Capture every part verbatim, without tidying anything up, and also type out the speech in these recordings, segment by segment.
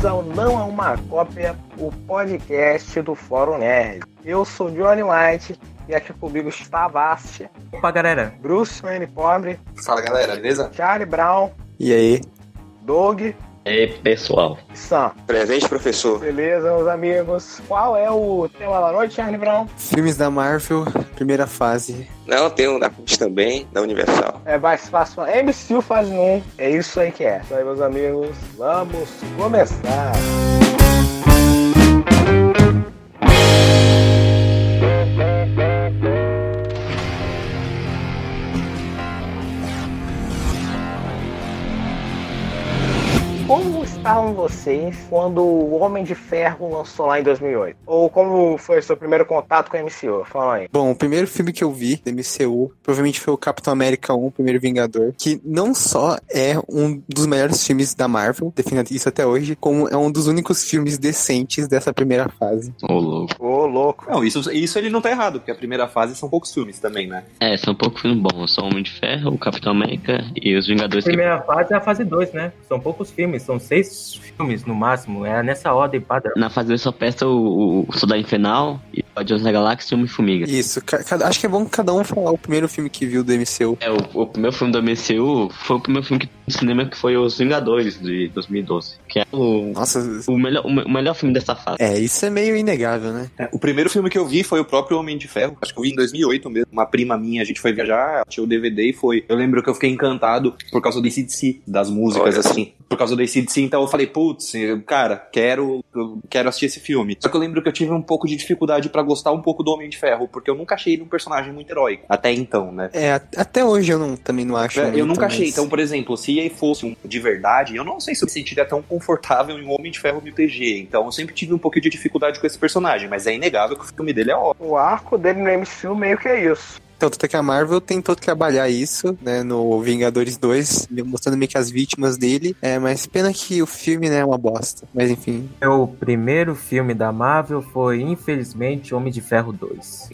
bem-vindos ao Não é uma Cópia, o podcast do Fórum Nerd. Eu sou Johnny White e aqui comigo está Vast. Opa, galera. Bruce Wayne Pobre. Fala, galera, beleza? Charlie Brown. E aí? Doug. E aí, pessoal? Sam. Presente, professor. Beleza, meus amigos. Qual é o tema da noite, Charlie Brown? Filmes da Marvel, primeira fase. Não, tem um da Cult também, da Universal. É mais fácil. M C U fase um. É isso aí que é. Isso aí, meus amigos. Vamos começar. Como estavam vocês quando o Homem de Ferro lançou lá em dois mil e oito? Ou como foi o seu primeiro contato com a M C U? Fala aí. Bom, o primeiro filme que eu vi da M C U provavelmente foi o Capitão América um, o Primeiro Vingador, que não só é um dos melhores filmes da Marvel, definindo isso até hoje, como é um dos únicos filmes decentes dessa primeira fase. Ô, louco. Ô, louco. Não, isso, isso ele não tá errado, porque a primeira fase são poucos filmes também, né? É, são poucos filmes bons. São Homem de Ferro, o Capitão América e os Vingadores. A primeira fase é a fase dois, né? São poucos filmes, são seis filmes no máximo. É nessa ordem padrão. Na fase dois só presta o, o Soldado Invernal e o Guardiões da Galáxia e o Homem-Formiga. Isso, ca- cada- acho que é bom cada um falar o primeiro filme que viu do M C U. É, o, o primeiro filme do M C U foi o primeiro filme que no cinema, que foi Os Vingadores, de dois mil e doze. Que é o, Nossa, o, melhor, o, me- o melhor filme dessa fase. é, isso é meio inegável, né? É, o primeiro filme que eu vi foi o próprio Homem de Ferro. Acho que eu vi em dois mil e oito mesmo. Uma prima minha, a gente foi viajar, ela tinha o D V D e foi. Eu lembro que eu fiquei encantado por causa do A C D C, das músicas, Olha. assim. Por causa do A C D C, então eu falei, putz, cara, quero, eu quero assistir esse filme. Só que eu lembro que eu tive um pouco de dificuldade pra gostar um pouco do Homem de Ferro, porque eu nunca achei ele um personagem muito heróico. Até então, né? É, a- até hoje eu não, também não acho É, muito, eu nunca achei. mas- Então, por exemplo, se ele fosse um de verdade, eu não sei se eu me sentiria tão confortável em um Homem de Ferro me P G. Então, eu sempre tive um pouquinho de dificuldade com esse personagem, mas é inegável que o filme dele é ótimo. O arco dele no M C U meio que é isso. Então, tanto que a Marvel tentou trabalhar isso, né, no Vingadores dois, mostrando meio que as vítimas dele, é, mas pena que o filme, né, é uma bosta. Mas enfim. O primeiro filme da Marvel foi, infelizmente, Homem de Ferro dois.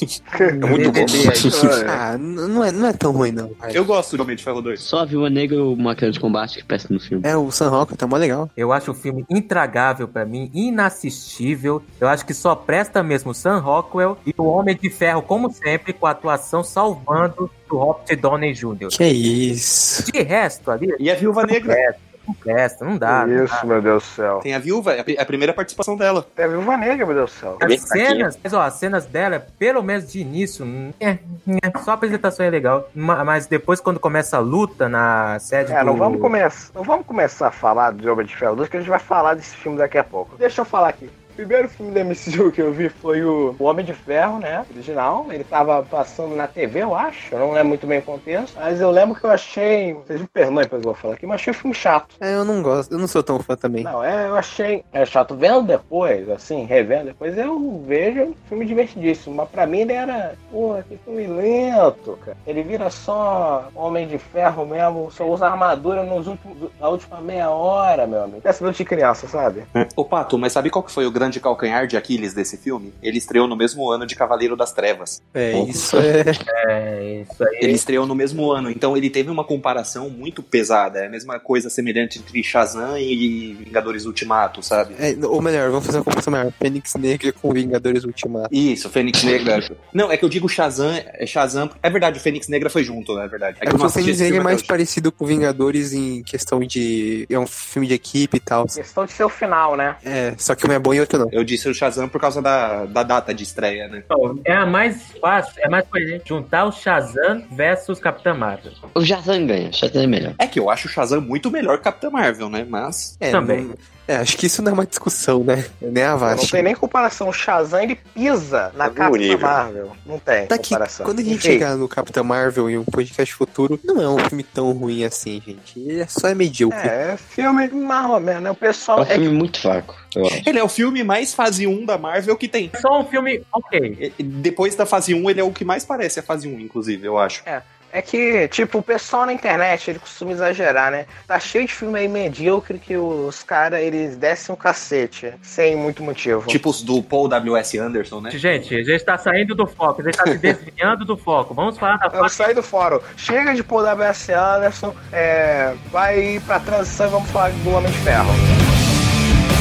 É muito bom. D V D aí. Ah, n- não é, não é tão ruim, não. Eu gosto do Homem de Ferro dois. Só a Viúva Negra e o Máquina de Combate que presta no filme. É, o Sam Rockwell tá mó legal. Eu acho o filme intragável pra mim, inassistível. Eu acho que só presta mesmo o Sam Rockwell e o Homem de Ferro, como sempre, com a atuação salvando do Robert Downey Júnior Que isso. De resto, ali, E a Viúva Negra? não presta, não dá. não dá. Isso, meu Deus do céu. Tem a Viúva, é a pri- é a primeira participação dela. É a Viúva Negra, meu Deus do céu. Bem As cenas, mas, ó, as cenas dela, pelo menos de início, é, é, só a apresentação é legal. Ma- Mas depois, quando começa a luta na sede É, do... não vamos, começar, não vamos começar a falar do Homem de Ferro dois, que a gente vai falar desse filme daqui a pouco. Deixa eu falar aqui. O primeiro filme da M C U que eu vi foi o o Homem de Ferro, né? Original. Ele tava passando na T V, eu acho. Eu não lembro muito bem o contexto. Mas eu lembro que eu achei... Vocês me perdoem depois que eu vou falar aqui, mas achei o filme chato. É, eu não gosto, eu não sou tão fã também. Não, é, eu achei é chato. Vendo depois, assim, revendo depois, eu vejo um filme divertidíssimo. Mas pra mim ele era, porra, que filme lento, cara. Ele vira só Homem de Ferro mesmo, só usa armadura nos últimos, na última meia hora, meu amigo. Essa noite de criança, sabe? Ô, Pato, mas sabe qual que foi o grande calcanhar de Aquiles desse filme? Ele estreou no mesmo ano de Cavaleiro das Trevas. É, Nossa. isso é... É, isso aí. Ele estreou no mesmo ano, então ele teve uma comparação muito pesada. É a mesma coisa semelhante entre Shazam e Vingadores Ultimato, sabe? é... Ou melhor, vamos fazer uma comparação maior. Fênix Negra com Vingadores Ultimato. Isso, Fênix Negra. Não, é que eu digo Shazam, é Shazam. É verdade, o Fênix Negra foi junto, é verdade. É que eu porque não o assisti Fênix esse Negra é filme mais até hoje. parecido com Vingadores em questão de... É um filme de equipe e tal. Questão de ser o final, né? É, só que um é bom e outro não. Eu disse o Shazam por causa da, da data de estreia, né? Então, é a mais fácil, é mais coerente juntar o Shazam versus Capitã Marvel. O Shazam ganha, o Shazam é melhor. É que eu acho o Shazam muito melhor que Capitã Marvel, né? Mas... É, Também. não- é, acho que isso não é uma discussão, né? Nem a Não Vast. tem nem comparação. O Shazam, ele pisa na Tá no Capitã nível. Marvel. Não tem Tá que comparação. quando a gente Enfim, chegar no Capitão Marvel em um podcast futuro, não é um filme tão ruim assim, gente. Ele é só é medíocre. É, filme mais ou menos, né? O pessoal... É um é filme muito fraco, eu acho. Ele é o filme mais fase um da Marvel que tem. É só um filme ok. E- Depois da fase um, ele é o que mais parece a fase um, inclusive, eu acho. É que, tipo, o pessoal na internet, ele costuma exagerar, né? Tá cheio de filme aí medíocre que os caras, eles descem o cacete, sem muito motivo. Tipo os do Paul W S. Anderson, né? Gente, a gente tá saindo do foco, a gente tá se desviando do foco. Vamos falar da Vamos sair do fórum. Chega de Paul W S. Anderson, é, vai pra transição e vamos falar do Homem de Ferro.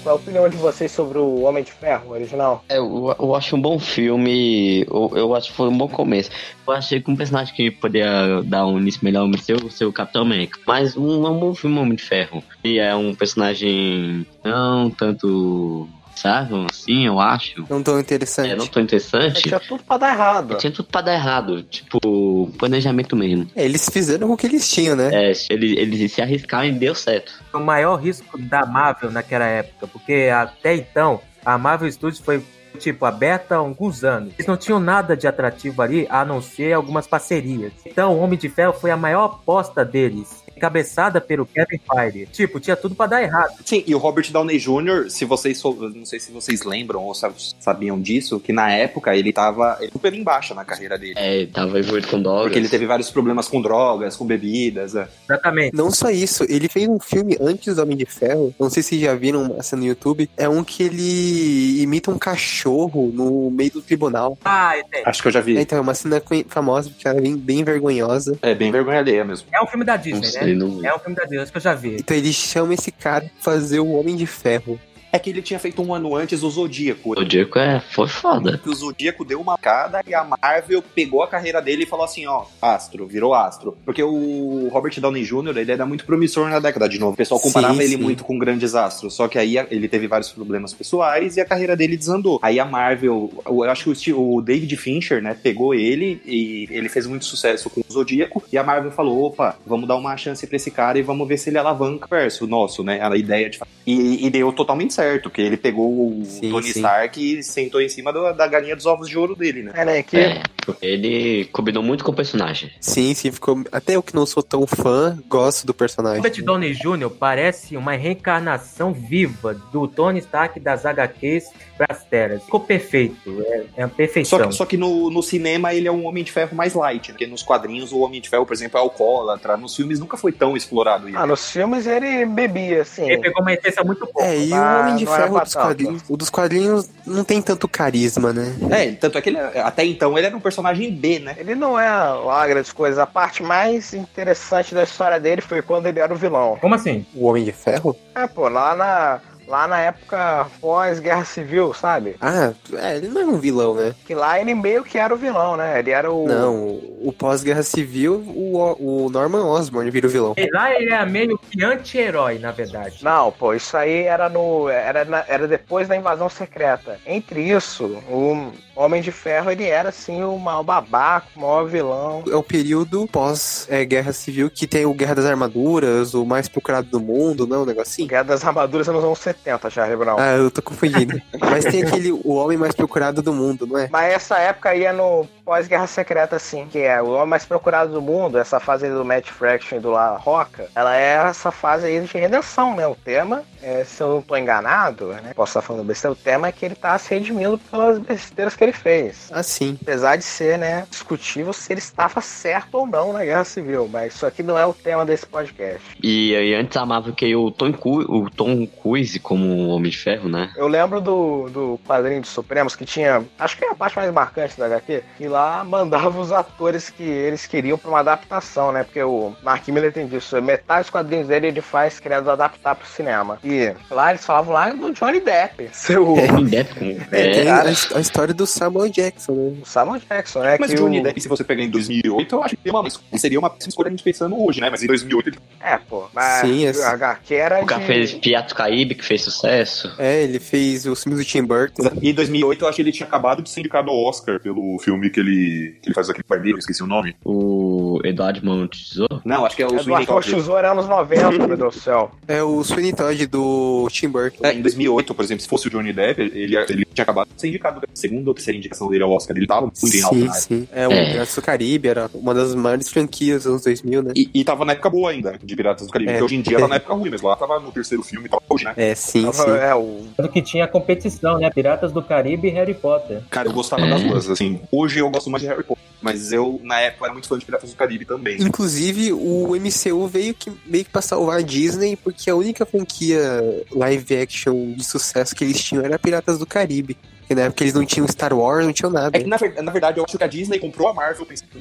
qual a opinião de vocês sobre o Homem de Ferro original? É, eu, eu acho um bom filme, eu, eu acho que foi um bom começo. Eu achei que um personagem que poderia dar um início melhor ao seu, seu Capitão América. Mas um, um bom filme, Homem de Ferro. E é um personagem não tanto... sabe? Assim, eu acho. Não tão interessante. É, não tão interessante. Tinha tudo pra dar errado. Tinha tudo pra dar errado. Tipo, planejamento mesmo. É, eles fizeram o que eles tinham, né? É, eles, eles se arriscaram e deu certo. O maior risco da Marvel naquela época, porque até então a Marvel Studios foi tipo aberta há alguns anos. Eles não tinham nada de atrativo ali, a não ser algumas parcerias. Então o Homem de Ferro foi a maior aposta deles, encabeçada pelo Kevin Feige. Tipo, tinha tudo pra dar errado. Sim, e o Robert Downey Júnior, se vocês sou, não sei se vocês lembram ou sabiam disso, que na época ele tava ele super embaixo na carreira dele. É, tava envolvido com drogas. Porque ele teve vários problemas com drogas, com bebidas. É. Exatamente. Não só isso, ele fez um filme antes do Homem de Ferro, não sei se já viram uma cena no YouTube, é um que ele imita um cachorro no meio do tribunal. Ah, entendi. Acho que eu já vi. É, então, é uma cena famosa, porque ela é bem, bem vergonhosa. É bem vergonha alheia mesmo. É um filme da Disney, Não sei, né? não- É um filme da Disney, acho que eu já vi. Então ele chama esse cara pra fazer o Homem de Ferro. É que ele tinha feito um ano antes o Zodíaco. O Diego é, foi foda. Que o Zodíaco deu uma cada e a Marvel pegou a carreira dele e falou assim, ó, astro, virou astro. Porque o Robert Downey Júnior, ele era muito promissor na década de novo. O pessoal comparava Sim, ele sim. muito com grandes astros. Só que aí ele teve vários problemas pessoais e a carreira dele desandou. Aí a Marvel, eu acho que o, Steve, o David Fincher, né, pegou ele e ele fez muito sucesso com o Zodíaco. E a Marvel falou, opa, vamos dar uma chance pra esse cara e vamos ver se ele alavanca o verso nosso, né, a ideia de... E, e deu totalmente certo, que ele pegou o Sim, Tony sim. Stark e sentou em cima do- da galinha dos ovos de ouro dele, né? É, né? Que É, porque ele combinou muito com o personagem. Sim, sim, ficou... Até eu que não sou tão fã, gosto do personagem. Robert Downey Júnior parece uma reencarnação viva do Tony Stark das H Qs pras telas. Ficou perfeito, é, é uma perfeição. Só que, só que no, no cinema ele é um Homem de Ferro mais light, né? Porque nos quadrinhos o Homem de Ferro, por exemplo, é alcoólatra. Nos filmes nunca foi tão explorado isso. Ah, nos filmes ele bebia, assim. Ele pegou uma essência muito boa. É, e o Ah, Homem de não era Ferro pra dos tanto. quadrinhos, o dos quadrinhos não tem tanto carisma, né? É, tanto é que ele, até então ele era um personagem B, né? Ele não é lá grandes coisas. A parte mais interessante da história dele foi quando ele era o vilão. Como assim? O Homem de Ferro? É, pô, lá na, lá na época pós-guerra civil, sabe? Ah, é, ele não é um vilão, né? Que lá ele meio que era o vilão, né? Ele era o... Não, o pós-guerra civil, o, o Norman Osborn vira o vilão. E lá ele é meio que anti-herói, na verdade. Não, pô, isso aí era no. Era, na- era depois da invasão secreta. Entre isso, o Homem de Ferro ele era assim o maior babaca, o maior vilão. É o período pós-guerra civil que tem o Guerra das Armaduras, o mais procurado do mundo, não é um negocinho? Guerra das Armaduras é nos anos setenta, Charlie Brown. Ah, eu tô confundindo. Mas tem aquele, o homem mais procurado do mundo, não é? Mas essa época aí é no pós-guerra secreta, sim, que é o homem mais procurado do mundo, essa fase aí do Matt Fraction e do La Roca, ela é essa fase aí de redenção, né? O tema, é, se eu não tô enganado, né? Posso estar falando besteira, o tema é que ele tá se redimindo pelas besteiras que ele fez. Ah, sim. Apesar de ser, né, discutível se ele estava certo ou não na Guerra Civil, mas isso aqui não é o tema desse podcast. E aí antes amava que o Tom, Cu- o Tom Cruise como Homem de Ferro, né? Eu lembro do, do quadrinho dos Supremos, que tinha, acho que é a parte mais marcante da H Q, que lá mandava os atores que eles queriam pra uma adaptação, né, porque o Mark Miller tem disso, metade dos quadrinhos dele ele faz querendo adaptar pro cinema. E lá eles falavam lá do Johnny Depp, seu... Johnny Depp como... É, tem É, a, a história do Samuel Jackson, né? O Samuel Jackson, né? Mas que Johnny o... Depp, se você pegar em dois mil e oito, eu acho que seria uma, seria uma péssima escolha a gente pensando hoje, né? Mas em dois mil e oito ele... É, pô, mas Sim, esse- a H Q era o cara de... fez Piratas do Caribe, que fez sucesso. É, ele fez os filmes do Tim Burton. E em dois mil e oito eu acho que ele tinha acabado de ser indicado ao Oscar pelo filme que ele, que ele faz aquele barbeiro, esqueci o nome. O Eduardo Mão Tesouro. Não, acho que é o Eduardo Sweeney Mão Todd. Tesouro é anos noventa, meu Deus do céu. É o Sweeney Todd do Tim Burton. É, em dois mil e oito, por exemplo, se fosse o Johnny Depp, ele, ele tinha acabado de ser indicado. A segunda ou terceira indicação dele ao Oscar, ele tava muito em alta Sim, na época. sim. É, o É. Piratas do Caribe era uma das maiores franquias dos anos dois mil, né? E, e tava na época boa ainda, de Piratas do Caribe. É. Porque hoje em dia tá na época ruim, mas lá tava no terceiro filme e tal, hoje, né? É, sim, sim. É, o... Tanto que tinha competição, né? Piratas do Caribe e Harry Potter. Cara, eu gostava É. das duas, assim. Hoje eu gosto mais de Harry Potter, mas eu, na época, era muito fã de Piratas do Caribe também. Inclusive, o M C U veio que, meio que pra salvar a Disney, porque a única franquia live action de sucesso que eles tinham era Piratas do Caribe. Porque na época eles não tinham Star Wars, não tinham nada. É que, na, ver- na verdade, eu acho que a Disney comprou a Marvel pensando nisso.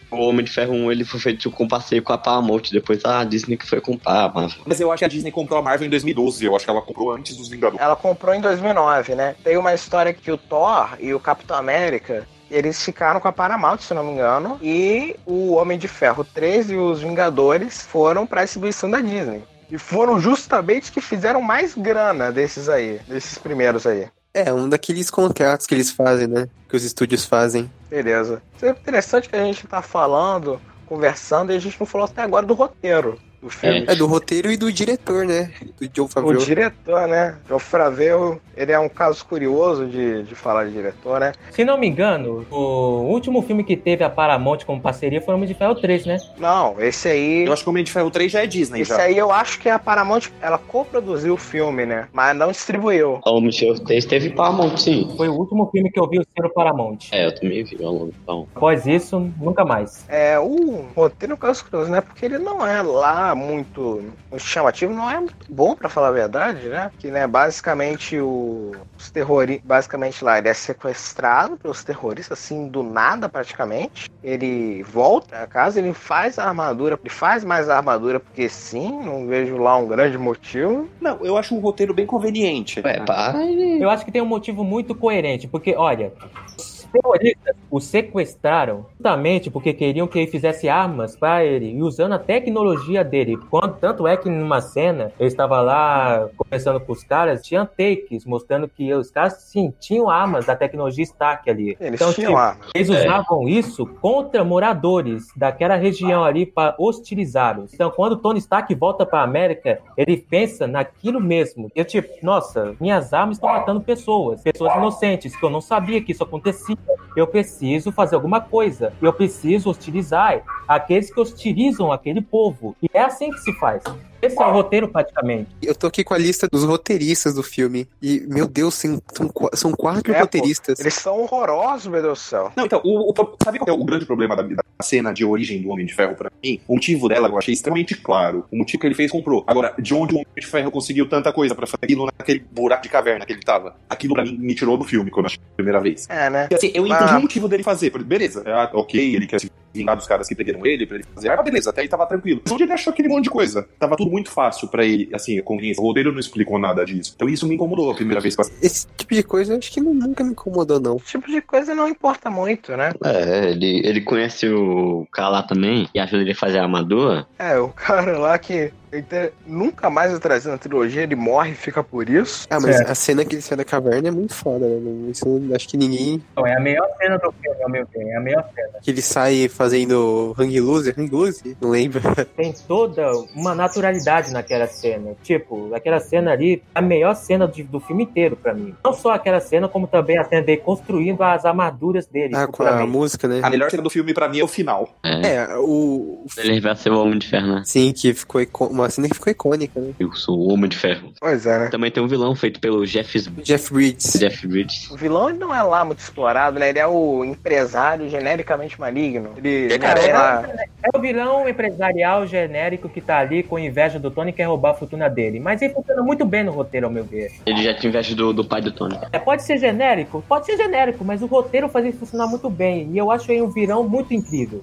O Homem de Ferro um ele foi feito com parceiro com a Paramount, depois a Disney que foi comprar a Marvel. Mas eu acho que a Disney comprou a Marvel em dois mil e doze, eu acho que ela comprou antes dos Vingadores. Ela comprou em dois mil e nove, né? Tem uma história que o Thor e o Capitão América, eles ficaram com a Paramount, se não me engano, e o Homem de Ferro três e os Vingadores foram pra exibição da Disney. E foram justamente que fizeram mais grana desses aí, desses primeiros aí. É, um daqueles contratos que eles fazem, né? Que os estúdios fazem. Beleza. Isso é interessante que a gente tá falando, conversando, e a gente não falou até agora do roteiro do filme. É, do roteiro e do diretor, né? Do Jon Favreau. O diretor, né? Jon Favreau, ele é um caso curioso de, de falar de diretor, né? Se não me engano, o último filme que teve a Paramount como parceria foi o Homem de Ferro três, né? Não, esse aí... Eu acho que o Homem de Ferro três já é Disney, Esse já. aí eu acho que a Paramount, ela coproduziu o filme, né? Mas não distribuiu. O Homem de Ferro três teve Paramount, sim. Foi o último filme que eu vi o selo Paramount. É, eu também vi ao longo então. Após isso, nunca mais. É, o roteiro é um caso curioso, né? Porque ele não é lá muito, muito chamativo, não é muito bom, pra falar a verdade, né? Que, né, basicamente o, os terroristas, basicamente lá, ele é sequestrado pelos terroristas, assim, do nada praticamente. Ele volta a casa, ele faz a armadura, ele faz mais a armadura porque sim, não vejo lá um grande motivo. Não, eu acho um roteiro bem conveniente. É, para ele. Eu acho que tem um motivo muito coerente, porque, olha, os terroristas o sequestraram justamente porque queriam que ele fizesse armas para ele, e usando a tecnologia dele. Quando, tanto é que numa cena, eu estava lá conversando com os caras, tinha takes mostrando que os caras, sim, tinham armas da tecnologia Stark ali. Eles então, tinham tipo, armas. eles usavam isso contra moradores daquela região ali para hostilizá-los. Então, quando o Tony Stark volta para a América, ele pensa naquilo mesmo. Eu, tipo, nossa, minhas armas estão matando pessoas, pessoas inocentes, que eu não sabia que isso acontecia. Eu preciso fazer alguma coisa. Eu preciso hostilizar aqueles que hostilizam aquele povo. E é assim que se faz. Esse é o roteiro, praticamente. Eu tô aqui com a lista dos roteiristas do filme. E, meu Deus, são, são, são quatro É, roteiristas. pô, eles são horrorosos, meu Deus do céu. Não, então, o, o, sabe qual é o grande problema da, da cena de origem do Homem de Ferro pra mim? O motivo dela eu achei extremamente claro. O motivo que ele fez comprou. Agora, de onde o Homem de Ferro conseguiu tanta coisa pra fazer aquilo naquele buraco de caverna que ele tava? Aquilo pra mim me tirou do filme quando eu achei a primeira vez. É, né? E, assim, eu Mas- entendi o motivo dele fazer. Beleza, ah, ok, ele quer se vingar dos caras que pegaram ele, pra ele fazer. Ah, beleza, até aí tava tranquilo. Mas onde ele achou aquele monte de coisa? Tava tudo muito fácil pra ele, assim, a conveniência. O roteiro não explicou nada disso. Então isso me incomodou a primeira vez que eu assisti. Esse tipo de coisa eu acho que nunca me incomodou, não. Esse tipo de coisa não importa muito, né? É, ele, ele conhece o cara lá também e ajuda ele a fazer a armadura. É, o cara lá que ele nunca mais vai trazer na trilogia, ele morre e fica por isso. Ah, mas Certo. a cena que ele sai da caverna é muito foda, né? Não- Isso eu acho que ninguém... Então, é a melhor cena do filme, ao meu ver. É a melhor cena. Que ele sai fazendo hang loose, hang loose? Não lembro. Tem toda uma naturalidade naquela cena. Tipo, aquela cena ali, a melhor cena de- do filme inteiro pra mim. Não só aquela cena, como também a cena dele construindo as armaduras dele. Ah, com a futuramente. música, né? A melhor cena do filme pra mim é o final. É. É, o... Ele vai ser o Homem de Ferro, né? Sim, que ficou icô- uma cena que ficou icônica, né? Eu sou o Homem de Ferro. Pois é, né? Também tem um vilão feito pelo Jeff, Jeff Bridges. Jeff Bridges. O vilão ele não é lá muito explorado, né? Ele é o empresário genericamente maligno. Ele É não é lá... É o vilão empresarial genérico que tá ali com inveja do Tony e quer roubar a fortuna dele. Mas ele funciona muito bem no roteiro, ao meu ver. Ele já tinha inveja do, do pai do Tony. É, pode ser genérico? Pode ser genérico, mas o roteiro faz ele funcionar muito bem. E eu acho ele um vilão muito incrível.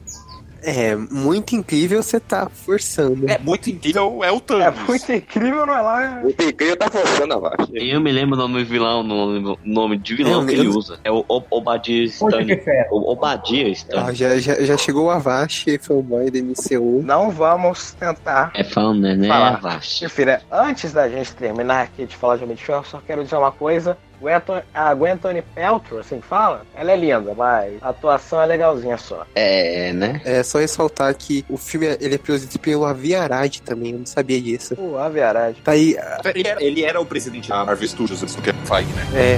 É, muito incrível você tá forçando. É muito incrível, é o É Thanos. muito incrível, não é lá... O Incrível tá forçando a baixa. E eu me lembro o nome do vilão, o nome de vilão Eu que ele lembro. usa. É o O- Obadiah Ponte de Stane. ferro. O Obadiah Stane. Ah, já, já, já chegou o Avast, fanboy da M C U. Não vamos tentar... É fã, né? né? Falar. Avast. Enfim, né? Antes da gente terminar aqui de falar de Homem de Ferro, eu só quero dizer uma coisa. Gwen Anthony- A Gwen Anthony Paltrow, assim que fala, ela é linda, mas a atuação é legalzinha só. É, né? É só ressaltar que o filme ele é produzido pelo Avi Arad também, eu não sabia disso. Pô, a viaragem. Tá aí, Ele era, ele era o presidente da Marvel Studios antes do Kevin Feige, né? é.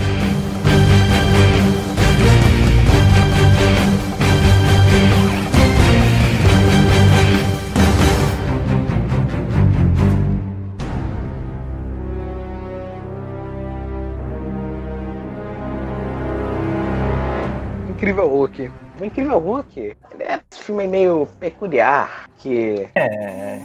Incrível Hulk. O Incrível Hulk, ele é um filme meio peculiar, que... É.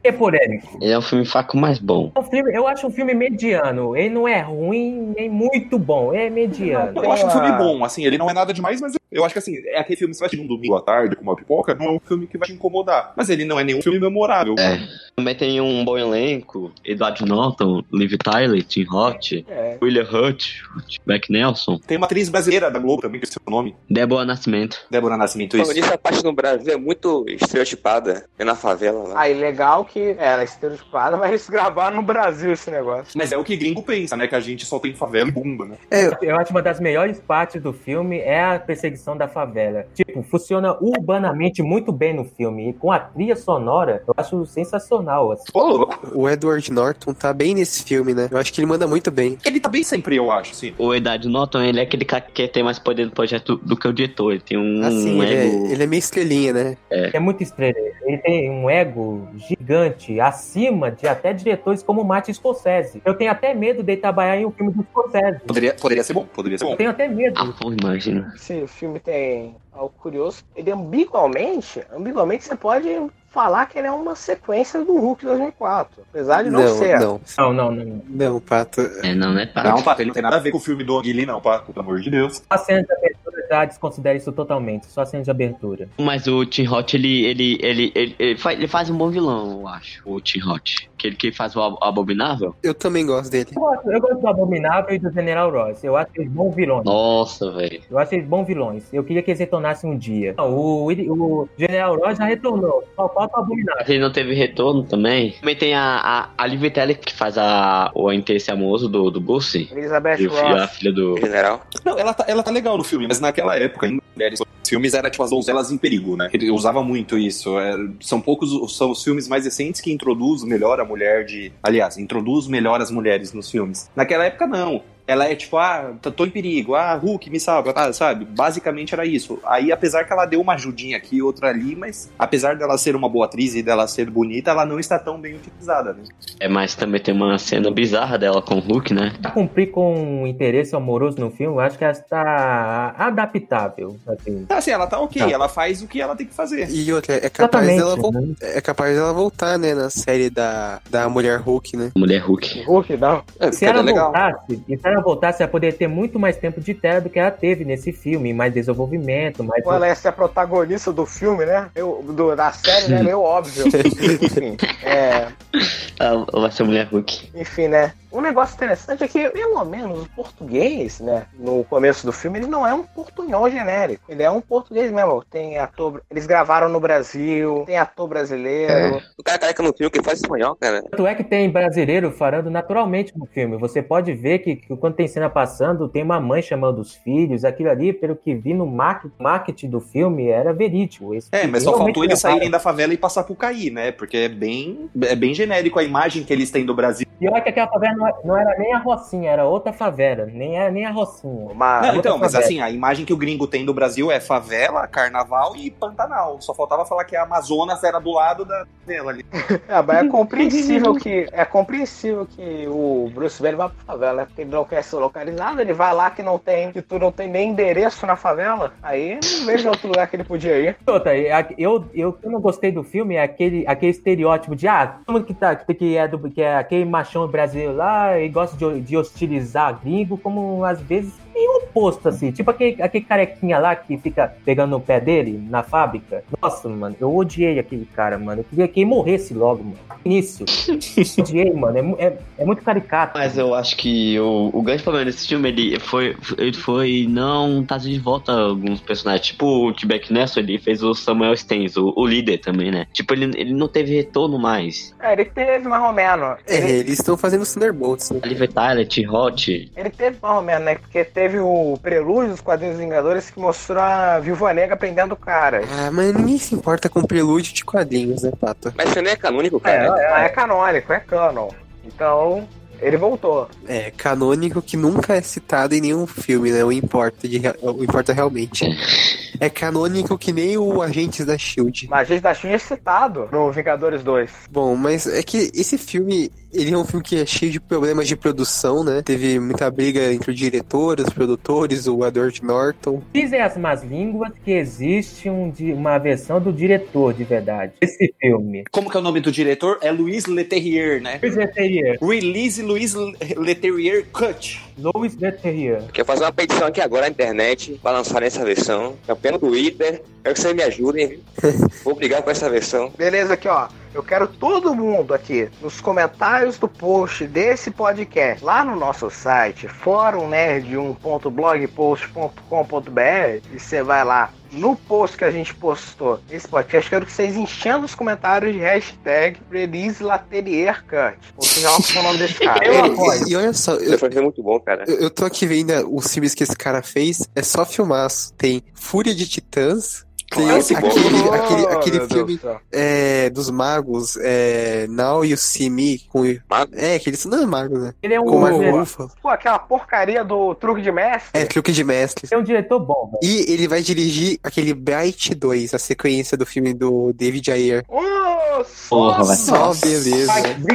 E por Eric? Ele é um filme fraco, mais bom. É um filme, eu acho um filme mediano. Ele não é ruim nem muito bom. É mediano. Eu acho um filme bom, assim, ele não é nada demais, mas eu acho que assim, é aquele filme que você vai assistir um domingo à tarde com uma pipoca, não é um filme que vai te incomodar. Mas ele não é nenhum filme memorável. É. Também tem um bom elenco, Edward Norton, Liv Tyler, Tim Roth, É. William Hurt, Beck Nelson, Tem uma atriz brasileira da Globo também, que é o seu nome. Débora Nascimento. Débora Nascimento, isso. Falando nisso, a parte no Brasil é muito estereotipada. É na favela lá. Aí, legal que ela é estereotipada, mas eles gravaram no Brasil esse negócio. Mas é o que gringo pensa, né? Que a gente só tem favela e bumba, né? É, Eu acho uma das melhores partes do filme é a perseguição da favela. Tipo, funciona urbanamente muito bem no filme. E com a trilha sonora, eu acho sensacional. Assim. Ô, louco. o Edward Norton tá bem nesse filme, né? Eu acho que ele manda muito bem. Ele tá bem sempre, eu acho, sim. O Edward Norton, ele é aquele cara que tem mais poder no projeto do que o diretor. Ele tem um Assim, ele ego... é, ele é meio estrelinha, né? É muito estrela. Ele tem um ego gigante, acima de até diretores como Martin Scorsese. Eu tenho até medo de trabalhar em um filme do Scorsese. Poderia, poderia ser bom, poderia ser bom. Eu tenho até medo. Ah, pô, imagina. Esse filme tem algo curioso. Ele ambiguamente, ambiguamente você pode falar que ele é uma sequência do Hulk dois mil e quatro. Apesar de não, Não, ser. não. Não, não, não. Não, Pato. É, não, né, pá? Não, Pato, ele não tem nada a ver com o filme do Guilherme, não, Pato. Pelo amor de Deus. Só a cena de abertura já desconsidera isso totalmente. Só a cena de abertura. Mas o Tim Roth, ele, ele, ele, ele, ele, faz, ele faz um bom vilão, eu acho. O Tim Roth. Aquele que faz o Ab- Abominável. Eu também gosto dele. Eu gosto, eu gosto do Abominável e do General Ross. Eu acho eles bons vilões. Nossa, velho. Eu acho eles bons vilões. Eu queria que eles retornassem um dia. Não, o, o General Ross já retornou. Só falta o Abominável. Ele não teve retorno também. Também tem a, a, a Liv Tyler, que faz a, o interesse amoroso do, do Bruce. Elizabeth E o filho- a Ross. filha do... General. Não, ela tá, ela tá legal no filme, mas naquela época, ainda, mulheres nos filmes era tipo as donzelas em perigo, né? Ele usava muito isso. É, são poucos, são os filmes mais recentes que introduzem melhor a mulher de... Aliás, introduz melhor as mulheres nos filmes. Naquela época, não. Ela é tipo, ah, tô em perigo, ah, Hulk, me salva, ah, sabe? Basicamente era isso. Aí, apesar que ela deu uma ajudinha aqui e outra ali, mas apesar dela ser uma boa atriz e dela ser bonita, ela não está tão bem utilizada, né? É, mas também tem uma cena bizarra dela com o Hulk, né? Pra cumprir com um interesse amoroso no filme, eu acho que ela está adaptável. Assim. Assim, ela tá ok, Tá. ela faz o que ela tem que fazer. E outra, é capaz Exatamente, dela, vol- né? é capaz dela voltar, né, na série da, da Mulher Hulk, né? Mulher Hulk. Hulk, não. É, Se ela ficaria legal. voltasse, e se ela voltasse, ela poderia ter muito mais tempo de tela do que ela teve nesse filme, mais desenvolvimento, mais. Ou ela ia ser a protagonista do filme, né? Eu, do, da série, né? Meio óbvio. Enfim, é, Ela vai ser Mulher Hulk. enfim, né? Um negócio interessante é que, pelo menos, o português, né? No começo do filme, ele não é um portunhol genérico. Ele é um português mesmo. Tem ator... Eles gravaram no Brasil, tem ator brasileiro. O cara careca no filme que faz espanhol, cara. Tanto é que tem brasileiro falando naturalmente no filme. Você pode ver que, que quando tem cena passando, tem uma mãe chamando os filhos. Aquilo ali, pelo que vi no market- marketing do filme, era verídico. Esse É, mas só realmente faltou eles gravaram. saírem da favela e passar pro Caí, né? Porque é bem, é bem genérico a imagem que eles têm do Brasil. Pior que aquela favela não, não era nem a Rocinha, era outra favela. Nem era nem a Rocinha. Uma... Não, então, mas favela. assim, a imagem que o gringo tem do Brasil é favela, carnaval e Pantanal. Só faltava falar que a Amazonas era do lado da favela ali. É, mas é compreensível que é compreensível que o Bruce Wayne vá pra favela, né? Porque ele não quer ser localizado, ele vai lá que não tem, que tu não tem nem endereço na favela. Aí não vejo outro lugar que ele podia ir. Outra, eu, eu, o que eu não gostei do filme é aquele, aquele estereótipo de, ah, todo mundo que, tá, que, que, é do, que é aquele machão brasileiro lá e gosta de, de hostilizar gringo, como às vezes tem um oposto, assim, tipo aquele, aquele carequinha lá que fica pegando no pé dele na fábrica. Nossa, mano, eu odiei aquele cara, mano. Eu queria que ele morresse logo, mano. Início. Odiei, mano. É, mu- é, é muito caricato. Mas eu acho que o, o grande problema desse filme, ele foi, ele foi não trazer de volta alguns personagens. Tipo o T-Beck Nelson, ele fez o Samuel Stens, o, o líder também, né? Tipo, ele, ele não teve retorno mais. É, ele teve mais ou menos. É, Ele, eles estão fazendo Thunderbolts, né? A Liv Tyler, T-Hot, ele teve mais ou menos, né? Porque teve o prelúdio dos quadrinhos Vingadores que mostrou a Viúva Negra prendendo o cara. Ah, mas ninguém se importa com prelúdio de quadrinhos, né, Pato? Mas isso não é canônico, É, cara. é, é canônico, é canon. Então, ele voltou. É canônico que nunca é citado em nenhum filme, né? O importa, de, rea- o importa realmente. É canônico que nem o Agentes da Shield. Mas a gente da China é citado no Vingadores dois. Bom, mas é que esse filme, Ele é um filme que é cheio de problemas de produção, né? Teve muita briga entre o diretor, os produtores, o Edward Norton. Dizem as más línguas que existe um, di- uma versão do diretor de verdade. Esse filme. Como que é o nome do diretor? É Louis Leterrier, né? Louis Leterrier. Release Louis Leterrier Cut. Louis Leterrier. Quero fazer uma petição aqui agora na internet pra lançar essa versão. Campeão do Twitter. Quero que vocês me ajudem, viu? Vou brigar com essa versão. Beleza, aqui ó. Eu quero todo mundo aqui nos comentários do post desse podcast, lá no nosso site, fórum nerd um ponto blogpost ponto com ponto b r, e você vai lá no post que a gente postou esse podcast, quero que vocês enchendo os comentários de hashtag Release Leterrier Cut. Ou seja, lá o nome desse cara. Eu E, apoio. e olha só, eu, Você foi muito bom, cara. eu, eu tô aqui vendo os filmes que esse cara fez, é só filmaço. Tem Fúria de Titãs, tem Nossa, aquele, bom. aquele, aquele Meu Deus filme do céu. é, dos magos, é, Now You See Me, com... Mago? É, aquele... Não é mago, né? Ele é um, Com o Marco ele Ruffalo. Pô, aquela porcaria do truque de mestre. É, Truque de Mestre. é um diretor bom, velho. E ele vai dirigir aquele Bright dois, a sequência do filme do David Ayer. Ô, só, Porra, vai Só beleza.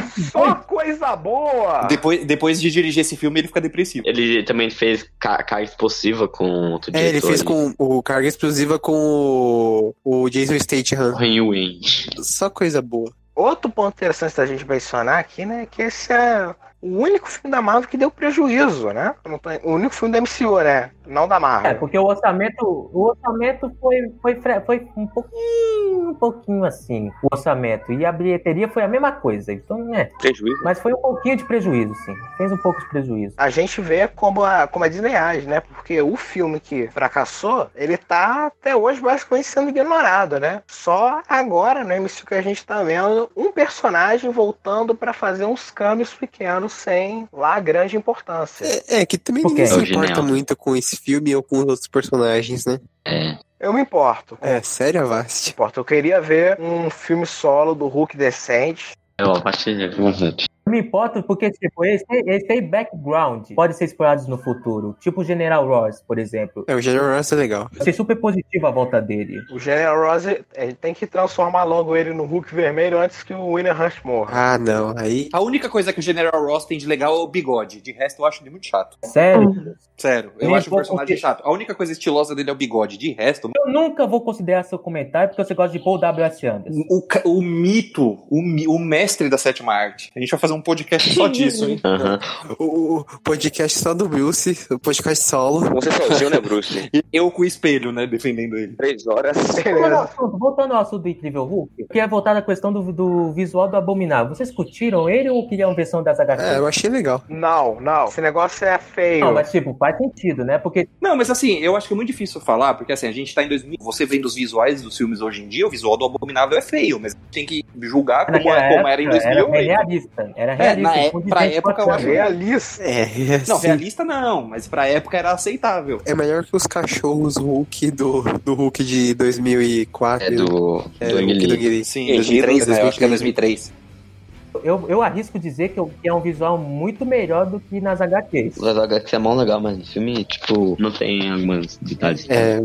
só coisa boa. Depois, depois de dirigir esse filme, ele fica depressivo. Ele também fez ca- carga explosiva com outro É, ele diretor. fez com o Carga Explosiva com o, o Jason Statham. Ren Wind. Só coisa boa. Outro ponto interessante da gente mencionar aqui, né, é que esse é o único filme da Marvel que deu prejuízo, né? Não tem- O único filme da M C U, né? Não da É, Marvel. porque o orçamento, o orçamento foi, foi, fre- foi um pouquinho, um pouquinho assim, o orçamento. E a bilheteria foi a mesma coisa. Então, né? Prejuízo. Mas foi um pouquinho de prejuízo, sim. Fez um pouco de prejuízo. A gente vê como a, como a Disney age, né? Porque o filme que fracassou, ele tá até hoje basicamente sendo ignorado, né? Só agora no M C U que a gente tá vendo um personagem voltando pra fazer uns cameos pequenos sem lá grande importância. É, é que também Por ninguém quê? se É o importa genial. muito com esse filme ou com os outros personagens, né? É. Eu me importo. É, sério, Avast? importo. Eu queria ver um filme solo do Hulk decente. Eu acho que Não me importa porque, tipo, eles têm, eles têm background. Podem ser explorados no futuro. Tipo o General Ross, por exemplo. É, o General Ross é legal. Achei super positivo a volta dele. O General Ross, ele tem que transformar logo ele no Hulk vermelho antes que o William Hunt morra. Ah, não, aí... A única coisa que o General Ross tem de legal é o bigode. De resto, eu acho ele muito chato. Sério? Sério, eu Nem acho o pouco personagem que- chato. A única coisa estilosa dele é o bigode. De resto, Eu nunca vou considerar seu comentário porque você gosta de Paul W S. Anderson. o, ca- o mito, o, mi- o mestre da sétima arte. A gente vai fazer um podcast só disso, hein? Aham. O, o podcast só do Bruce, o podcast solo. Você sozinho, né, Bruce? E eu com o espelho, né, defendendo ele. Três horas. Voltando ao assunto- Voltando ao assunto do Incrível Hulk, que é voltado à questão do, do visual do Abominável. Vocês curtiram ele ou queriam a versão das H Q? É, eu achei legal. Não, não. Esse negócio é feio. Não, mas tipo, faz sentido, né? Porque Não, mas assim, eu acho que é muito difícil falar, porque assim, a gente tá em dois mil. Você vendo os visuais dos filmes hoje em dia, o visual do Abominável é feio, mas tem que julgar como, naquela é- como era em época dois mil e era oito. realista. Era É, realista. na é- com pra desenho época eu bacana. acho- realista. É, é Não, assim, realista não, mas pra época era aceitável. é melhor que os cachorros Hulk do, do Hulk de dois mil e quatro. É do, É, do Hulk Ang do Lee. Ang Lee. Sim, Sim, dois mil e três, né? Eu acho que é dois mil e dois três. Eu, eu arrisco dizer que, eu- que é um visual muito melhor do que nas H Qs. O H Q é mó legal, mas no filme, tipo, não tem alguns detalhes. É,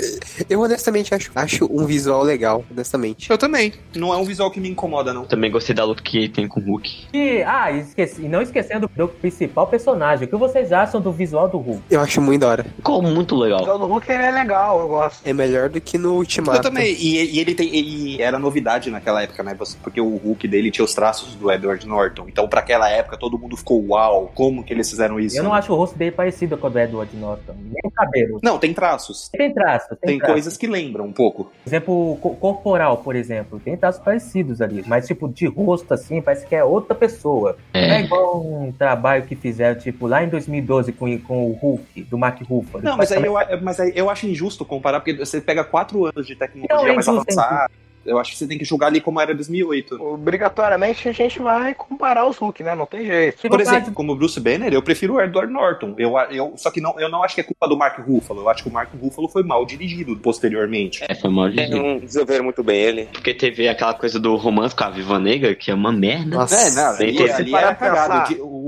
eu honestamente acho, acho um visual legal, honestamente. Eu também. Não é um visual que me incomoda, não. Também gostei da luta que tem com o Hulk. E, ah, e, esqueci, e não esquecendo do principal personagem. O que vocês acham do visual do Hulk? Eu acho muito da hora. Ficou muito O legal. visual do Hulk ele é legal, eu gosto. É melhor do que no Ultimato. Eu também. E, e ele tem. E era novidade naquela época, né? Porque o Hulk dele tinha os traços do Edward Norton. Então, pra aquela época, todo mundo ficou uau. Como que eles fizeram isso? Eu não acho o rosto dele parecido com o do Edward Norton. Nem o cabelo. Não, tem traços. Tem traços. Tem, Tem traços. coisas que lembram um pouco. Por exemplo, co- corporal, por exemplo. Tem traços parecidos ali. Mas, tipo, de rosto, assim, parece que é outra pessoa. Não é É. igual um trabalho que fizeram, tipo, lá em dois mil e doze com, com o Hulk, do Mark Ruffalo. Não, mas aí, eu, mas aí eu acho injusto comparar, porque você pega quatro anos de tecnologia Não, é mais injusto, é avançada. Eu acho que você tem que julgar ali como era dois mil e oito. Obrigatoriamente a gente vai comparar os Hulk, né? Não tem jeito. Por exemplo, como Bruce Banner, eu prefiro o Edward Norton. Eu, eu, só que não, eu não acho que é culpa do Mark Ruffalo. Eu acho que o Mark Ruffalo foi mal dirigido posteriormente. É, foi mal de Não desenvolveram muito bem ele. Porque teve aquela coisa do romance com a Viva Negra, que é uma merda. Nossa, É, não, Tem ali, que- ali parar era pra cagado. pensar. O,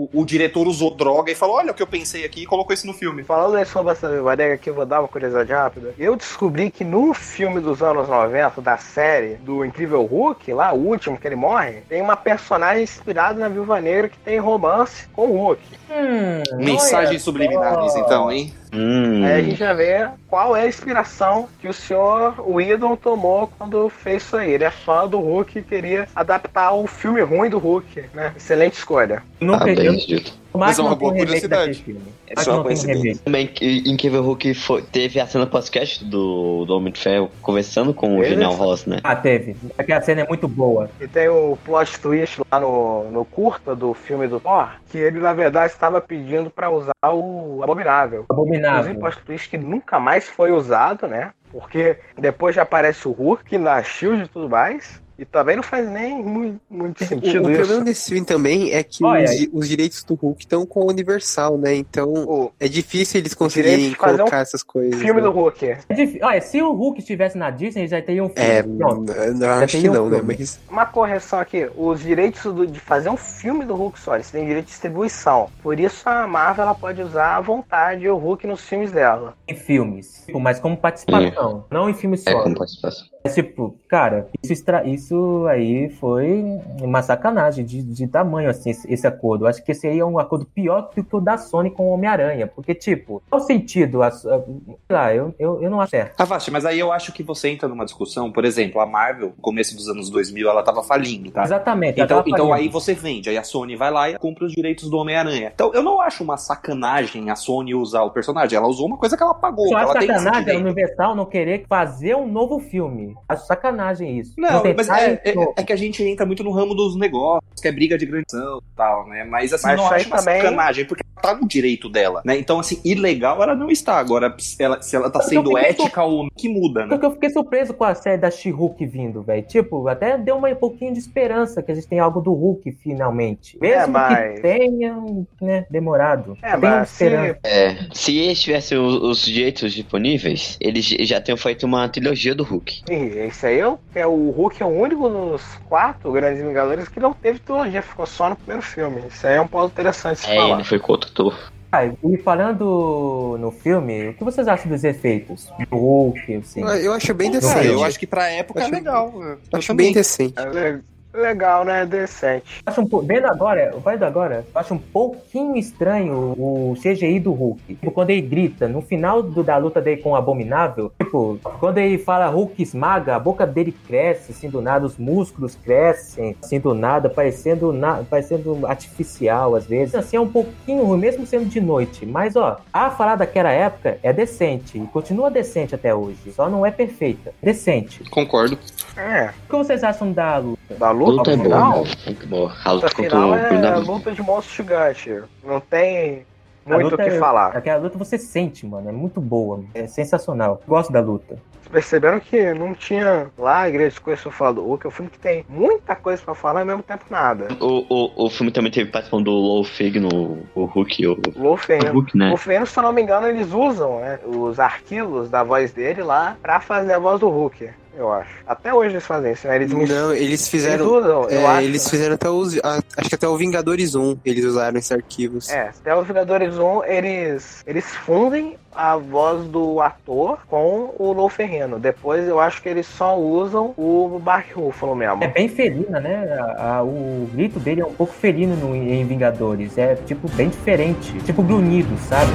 o, o diretor usou droga e falou, olha o que eu pensei aqui e colocou isso no filme. Falando aí sobre essa Viúva Negra aqui, eu vou dar uma curiosidade rápida. Eu descobri que no filme dos anos noventa, da série do Incrível Hulk, lá, o último que ele morre, tem uma personagem inspirada na Viúva Negra que tem romance com o Hulk. Hum, Mensagens subliminares, então, hein? Hum. Aí a gente já vê qual é a inspiração que o senhor Whedon tomou quando fez isso aí. Ele é fã do Hulk e queria adaptar o filme ruim do Hulk, né? Excelente escolha. Não Ah, peguei. bem dito. Mas é uma não boa tem remake curiosidade. daquele filme. É Mas só uma não tem coincidência. remake. Também que Incrível Hulk foi, teve a cena pós-cast do, do Homem de Ferro conversando com o Ele? Genial Ross, né? Ah, teve. Aquela cena é muito boa. E tem o plot twist lá no, no curta do filme do Thor, que ele, na verdade, estava pedindo para usar o Abominável. Inclusive, Abominável. plot twist que nunca mais foi usado, né? Porque depois já aparece o Hulk na Shield e tudo mais. E também não faz nem muito, muito O, o sentido isso. problema desse filme também é que Olha os, aí. os direitos do Hulk estão com a Universal, né? Então O é difícil eles direito conseguirem de fazer colocar um essas coisas. filme né? do Hulk. É difí- Olha, se o Hulk estivesse na Disney, já teria um filme. É, Pronto. eu acho que teria um não, né? filme. Mas Uma correção aqui, os direitos do- de fazer um filme do Hulk só, eles têm direito de distribuição. Por isso a Marvel ela pode usar à vontade o Hulk nos filmes dela. Em filmes. Tipo, mas como participação. Não em filmes É, só. como participação. É tipo, cara, isso, extra... isso aí foi uma sacanagem de, de tamanho, assim, esse, esse acordo. Eu acho que esse aí é um acordo pior do que o da Sony com o Homem-Aranha. Porque, tipo, qual o sentido? A, a, sei lá, eu, eu, eu não acho certo. Ah, Vasti, mas aí eu acho que você entra numa discussão, por exemplo, a Marvel, no começo dos anos dois mil, ela tava falindo, tá? Exatamente. ela Então, tava então falindo. aí você vende, aí a Sony vai lá e compra os direitos do Homem-Aranha. Então eu não acho uma sacanagem a Sony usar o personagem, ela usou uma coisa que ela pagou, Só que acho ela tem esse sacanagem a direito. Universal não querer fazer um novo filme. Acho sacanagem isso. Não, tentar mas é, é, isso. é que a gente entra muito no ramo dos negócios, que é briga de grandição e tal, né? Mas assim, Mas não isso aí acho uma também- sacanagem, porque ela tá no direito dela, né? Então, assim, ilegal ela não está. Agora, se ela, se ela tá Mas eu sendo fiquei ética ou não, que muda, né? Porque eu fiquei surpreso com a série da She-Hulk vindo, velho. Tipo, até deu uma, um pouquinho de esperança que a gente tem algo do Hulk finalmente. Mesmo É, mas- que tenha, né, demorado. É, Tem uma mas se, esperança. É, se eles tivessem os, os direitos disponíveis, eles já teriam feito uma trilogia do Hulk. Ih, esse aí é o, é o Hulk é o único dos quatro grandes Vingadores que não teve trilogia, ficou só no primeiro filme. Isso aí é um ponto interessante de se É, falar. ele foi com outro ator. Ah, e falando no filme, o que vocês acham dos efeitos do Hulk, assim? eu acho bem Não, decente. É, eu eu acho que pra época Acho- é legal. Eu acho também. bem decente. É le- legal, né? Decente. Eu acho um, po- vendo agora, vendo agora, eu acho um pouquinho estranho o C G I do Hulk. Tipo, quando ele grita, no final do- da luta dele com o Abominável, tipo, quando ele fala Hulk esmaga, a boca dele cresce, assim, do nada, os músculos crescem, assim, do nada, parecendo, na, parecendo artificial, às vezes. Assim, é um pouquinho ruim, mesmo sendo de noite. Mas, ó, a falada daquela época é decente, e continua decente até hoje, só não é perfeita. Decente. Concordo. É, O que vocês acham da luta? da luta, Luta é boa, final, né? Muito boa. A a luta luta contra final o é Vingador. luta de monstro gigante. Não tem A muito o luta que é- falar. Aquela luta você sente, mano. É muito boa. É sensacional. Gosto da luta. Perceberam que não tinha lá grandes coisas pra falar do Hulk. É um filme que tem muita coisa pra falar e ao mesmo tempo nada. O, o, o filme também teve participação do Lou Ferrigno, o Hulk, o, O Wolfenstein. o Hulk, né? O Fênix, se eu não me engano, eles usam né, os arquivos da voz dele lá pra fazer a voz do Hulk, eu acho. Até hoje eles fazem isso, né? Eles, mis- Não, eles eles fizeram. usam, eu é, acho. eles né? fizeram até os. a- acho que até o Vingadores um eles usaram esses arquivos. É, até os Vingadores um, eles, eles fundem a voz do ator com o Lou Ferrigno. Depois eu acho que eles só usam o Mark Ruffalo mesmo. É bem felina, né? A- a- o grito dele é um pouco felino no, em Vingadores. É, tipo, bem diferente. Tipo, grunhido, sabe?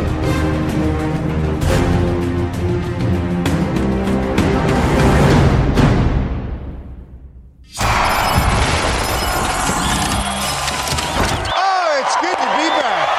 Oh, it's good to be back.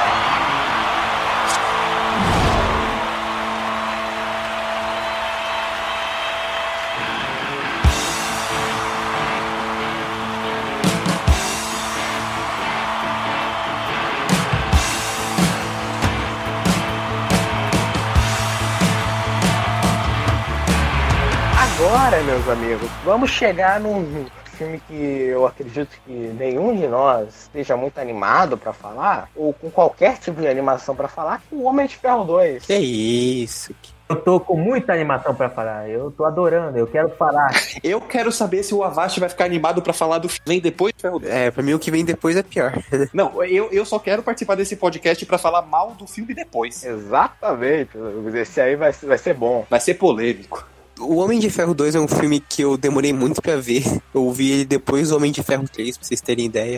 Agora, meus amigos, vamos chegar num filme que eu acredito que nenhum de nós esteja muito animado pra falar, ou com qualquer tipo de animação pra falar, que é o Homem de Ferro dois. Que isso? Que... Eu tô com muita animação pra falar. Eu tô adorando, eu quero falar. Eu quero saber se o Avast vai ficar animado pra falar do que vem depois do Ferro dois. É, pra mim o que vem depois é pior. Não, eu, eu só quero participar desse podcast pra falar mal do filme depois. Exatamente. Esse aí vai, vai ser bom. Vai ser polêmico. O Homem de Ferro dois é um filme que eu demorei muito pra ver. Eu vi ele depois do Homem de Ferro três, pra vocês terem ideia.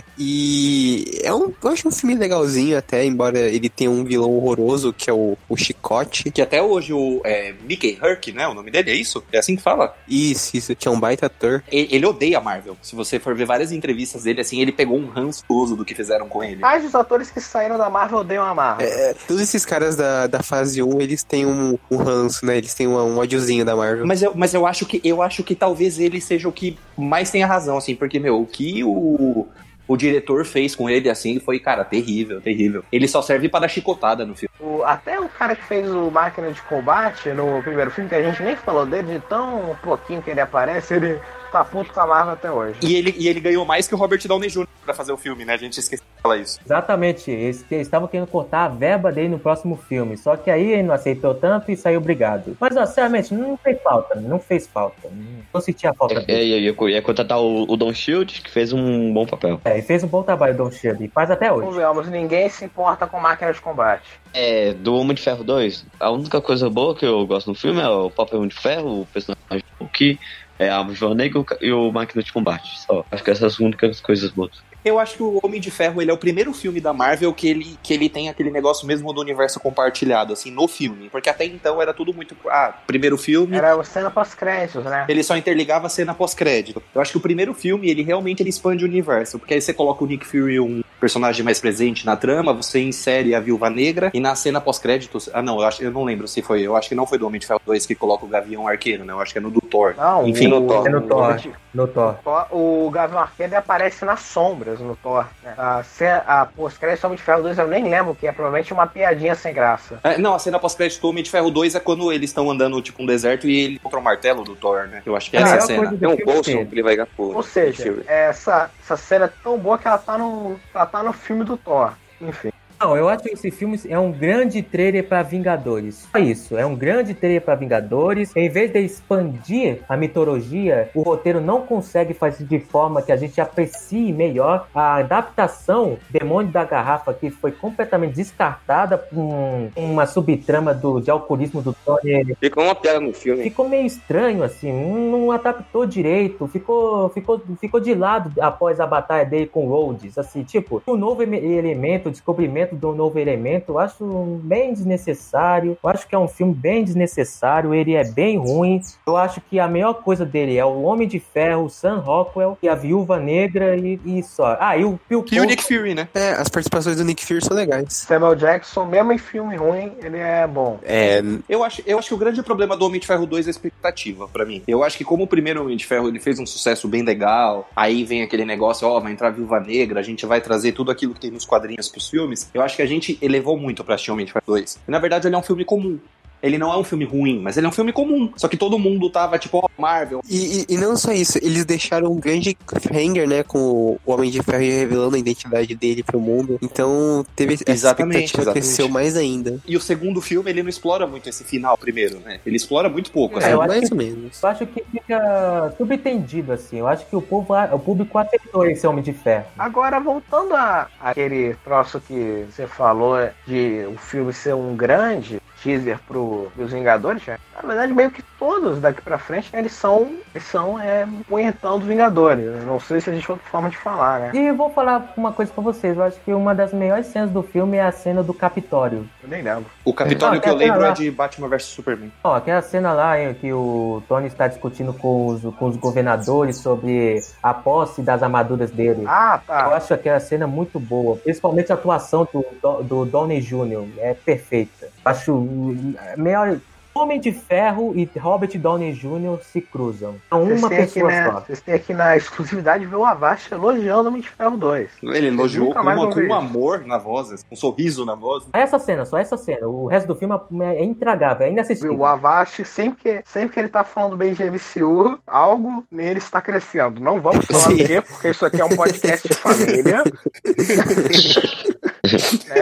E é um, eu acho um filme legalzinho até, embora ele tenha um vilão horroroso, que é o, o Chicote. Que até hoje o é, Mickey Herc, né? O nome dele é isso? É assim que fala? Isso, isso, que é um baita ator. Ele, ele odeia a Marvel. Se você for ver várias entrevistas dele, assim, ele pegou um rançoso do que fizeram com ele. Mas os atores que saíram da Marvel odeiam a Marvel. É, todos esses caras da, da fase um, eles têm um, um ranço, né? Eles têm um, um ódiozinho da Marvel. Mas eu, mas eu acho que eu acho que talvez ele seja o que mais tenha razão, assim, porque, meu, o que o, o diretor fez com ele, assim, foi, cara, terrível, terrível. Ele só serve para dar chicotada no filme. O, até o cara que fez o Máquina de Combate no primeiro filme, que a gente nem falou dele, de tão pouquinho que ele aparece, ele tá puto com a Marvel até hoje. E ele, e ele ganhou mais que o Robert Downey júnior pra fazer o filme, né? A gente esqueceu de falar isso. Exatamente, eles, eles estavam querendo cortar a verba dele no próximo filme, só que aí ele não aceitou tanto e saiu obrigado. Mas, ó, sinceramente, não fez falta, não fez falta. Não senti a falta É, dele. é, ia, ia contratar o, o Don Shield, que fez um bom papel. É, ele fez um bom trabalho, Don Shield, e faz até hoje. Convenhamos, ninguém se importa com Máquina de Combate. É, do Homem de Ferro dois, a única coisa boa que eu gosto no filme é o próprio Homem de Ferro, o personagem que é a Viúva Negra e o Máquina de Combate. Só. Acho que essas são as únicas coisas boas. Eu acho que o Homem de Ferro, ele é o primeiro filme da Marvel que ele, que ele tem aquele negócio mesmo do universo compartilhado, assim, no filme. Porque até então era tudo muito... Ah, primeiro filme... Era a cena pós-créditos, né? Ele só interligava a cena pós-crédito. Eu acho que o primeiro filme, ele realmente ele expande o universo. Porque aí você coloca o Nick Fury, um personagem mais presente na trama, você insere a Viúva Negra, e na cena pós-créditos... Ah, não, eu, acho, eu não lembro se foi... Eu acho que não foi do Homem de Ferro dois que coloca o Gavião Arqueiro, né? Eu acho que é no do Thor. Não, Enfim, o, no Thor. É no Thor, o, no Thor. o Gavião Arqueiro aparece nas sombras no Thor, né? A, cena- a pós-crédito Homem de Ferro dois eu nem lembro, que é provavelmente uma piadinha sem graça. É, não, a cena pós-crédito do Homem de Ferro dois é quando eles estão andando, tipo, um deserto e ele encontra o martelo do Thor, né? Eu acho que é A essa melhor cena. coisa do Tem um filme bolso inteiro. que ele vai por. Ou seja, essa, essa cena é tão boa que ela tá no, ela tá no filme do Thor. Enfim. Não, eu acho que esse filme é um grande trailer para Vingadores. Só isso, é um grande trailer para Vingadores. Em vez de expandir a mitologia, o roteiro não consegue fazer de forma que a gente aprecie melhor a adaptação Demônio da Garrafa, que foi completamente descartada por um- uma subtrama do, de alcoolismo do Tony. Ficou uma piada no filme. Ficou meio estranho, assim, não não adaptou direito, ficou, ficou, ficou de lado após a batalha dele com Rhodes, assim, tipo, um novo ele- elemento, o descobrimento do novo elemento, eu acho bem desnecessário, eu acho que é um filme bem desnecessário, ele é bem ruim, eu acho que a melhor coisa dele é o Homem de Ferro, o Sam Rockwell e a Viúva Negra e, e só. Ah, e o Phil E o Nick Fury, né? É, as participações do Nick Fury são legais. Samuel Jackson, mesmo em filme ruim, ele é bom. É, Eu acho, eu acho que o grande problema do Homem de Ferro dois é a expectativa, pra mim. Eu acho que como o primeiro Homem de Ferro ele fez um sucesso bem legal, aí vem aquele negócio, ó, vai entrar a Viúva Negra, a gente vai trazer tudo aquilo que tem nos quadrinhos pros filmes, eu acho que a gente elevou muito pra assistir Homem de Ferro dois. E na verdade ele é um filme comum. Ele não é um filme ruim, mas ele é um filme comum. Só que todo mundo tava tipo, ó, Marvel. E, e- e não só isso, eles deixaram um grande cliffhanger, né, com o Homem de Ferro revelando a identidade dele pro mundo. Então, teve essa Exatamente, expectativa exatamente. cresceu mais ainda. E o segundo filme, ele não explora muito esse final primeiro, né? Ele explora muito pouco, É, assim. eu acho mais que- ou menos. Eu acho que fica subentendido, assim. Eu acho que o, povo, o público aceitou esse Homem de Ferro. Agora, voltando a aquele troço que você falou de o filme ser um grande teaser pro, pros Vingadores, né? Na verdade, meio que todos daqui pra frente, né, eles são, eles são é, punhetão dos Vingadores. Eu não sei se existe outra forma de falar, né? E eu vou falar uma coisa pra vocês. Eu acho que uma das melhores cenas do filme é a cena do Capitólio. Eu nem lembro. O Capitólio Ah, que eu tem- tem lembro lá. é de Batman versus Superman. Ó, aquela cena lá em que o Tony está discutindo com os, com os governadores sobre a posse das armaduras dele. Ah, Eu tá. acho aquela cena muito boa, principalmente a atuação do, do, do Downey júnior É perfeita. Acho hum, melhor. Homem de Ferro e Robert Downey júnior se cruzam. São Vocês uma têm, aqui, pessoa né, só. vocês têm aqui na exclusividade ver o Avast elogiando o Homem de Ferro dois. Ele elogiou nunca com, mais uma, vou com ver um isso. amor na voz, um sorriso na voz. Essa cena, só essa cena. O resto do filme é intragável, é inassistível. O Avast, sempre que, sempre que ele tá falando bem de M C U, algo nele está crescendo. Não vamos falar Sim. do quê, porque isso aqui é um podcast de família. É,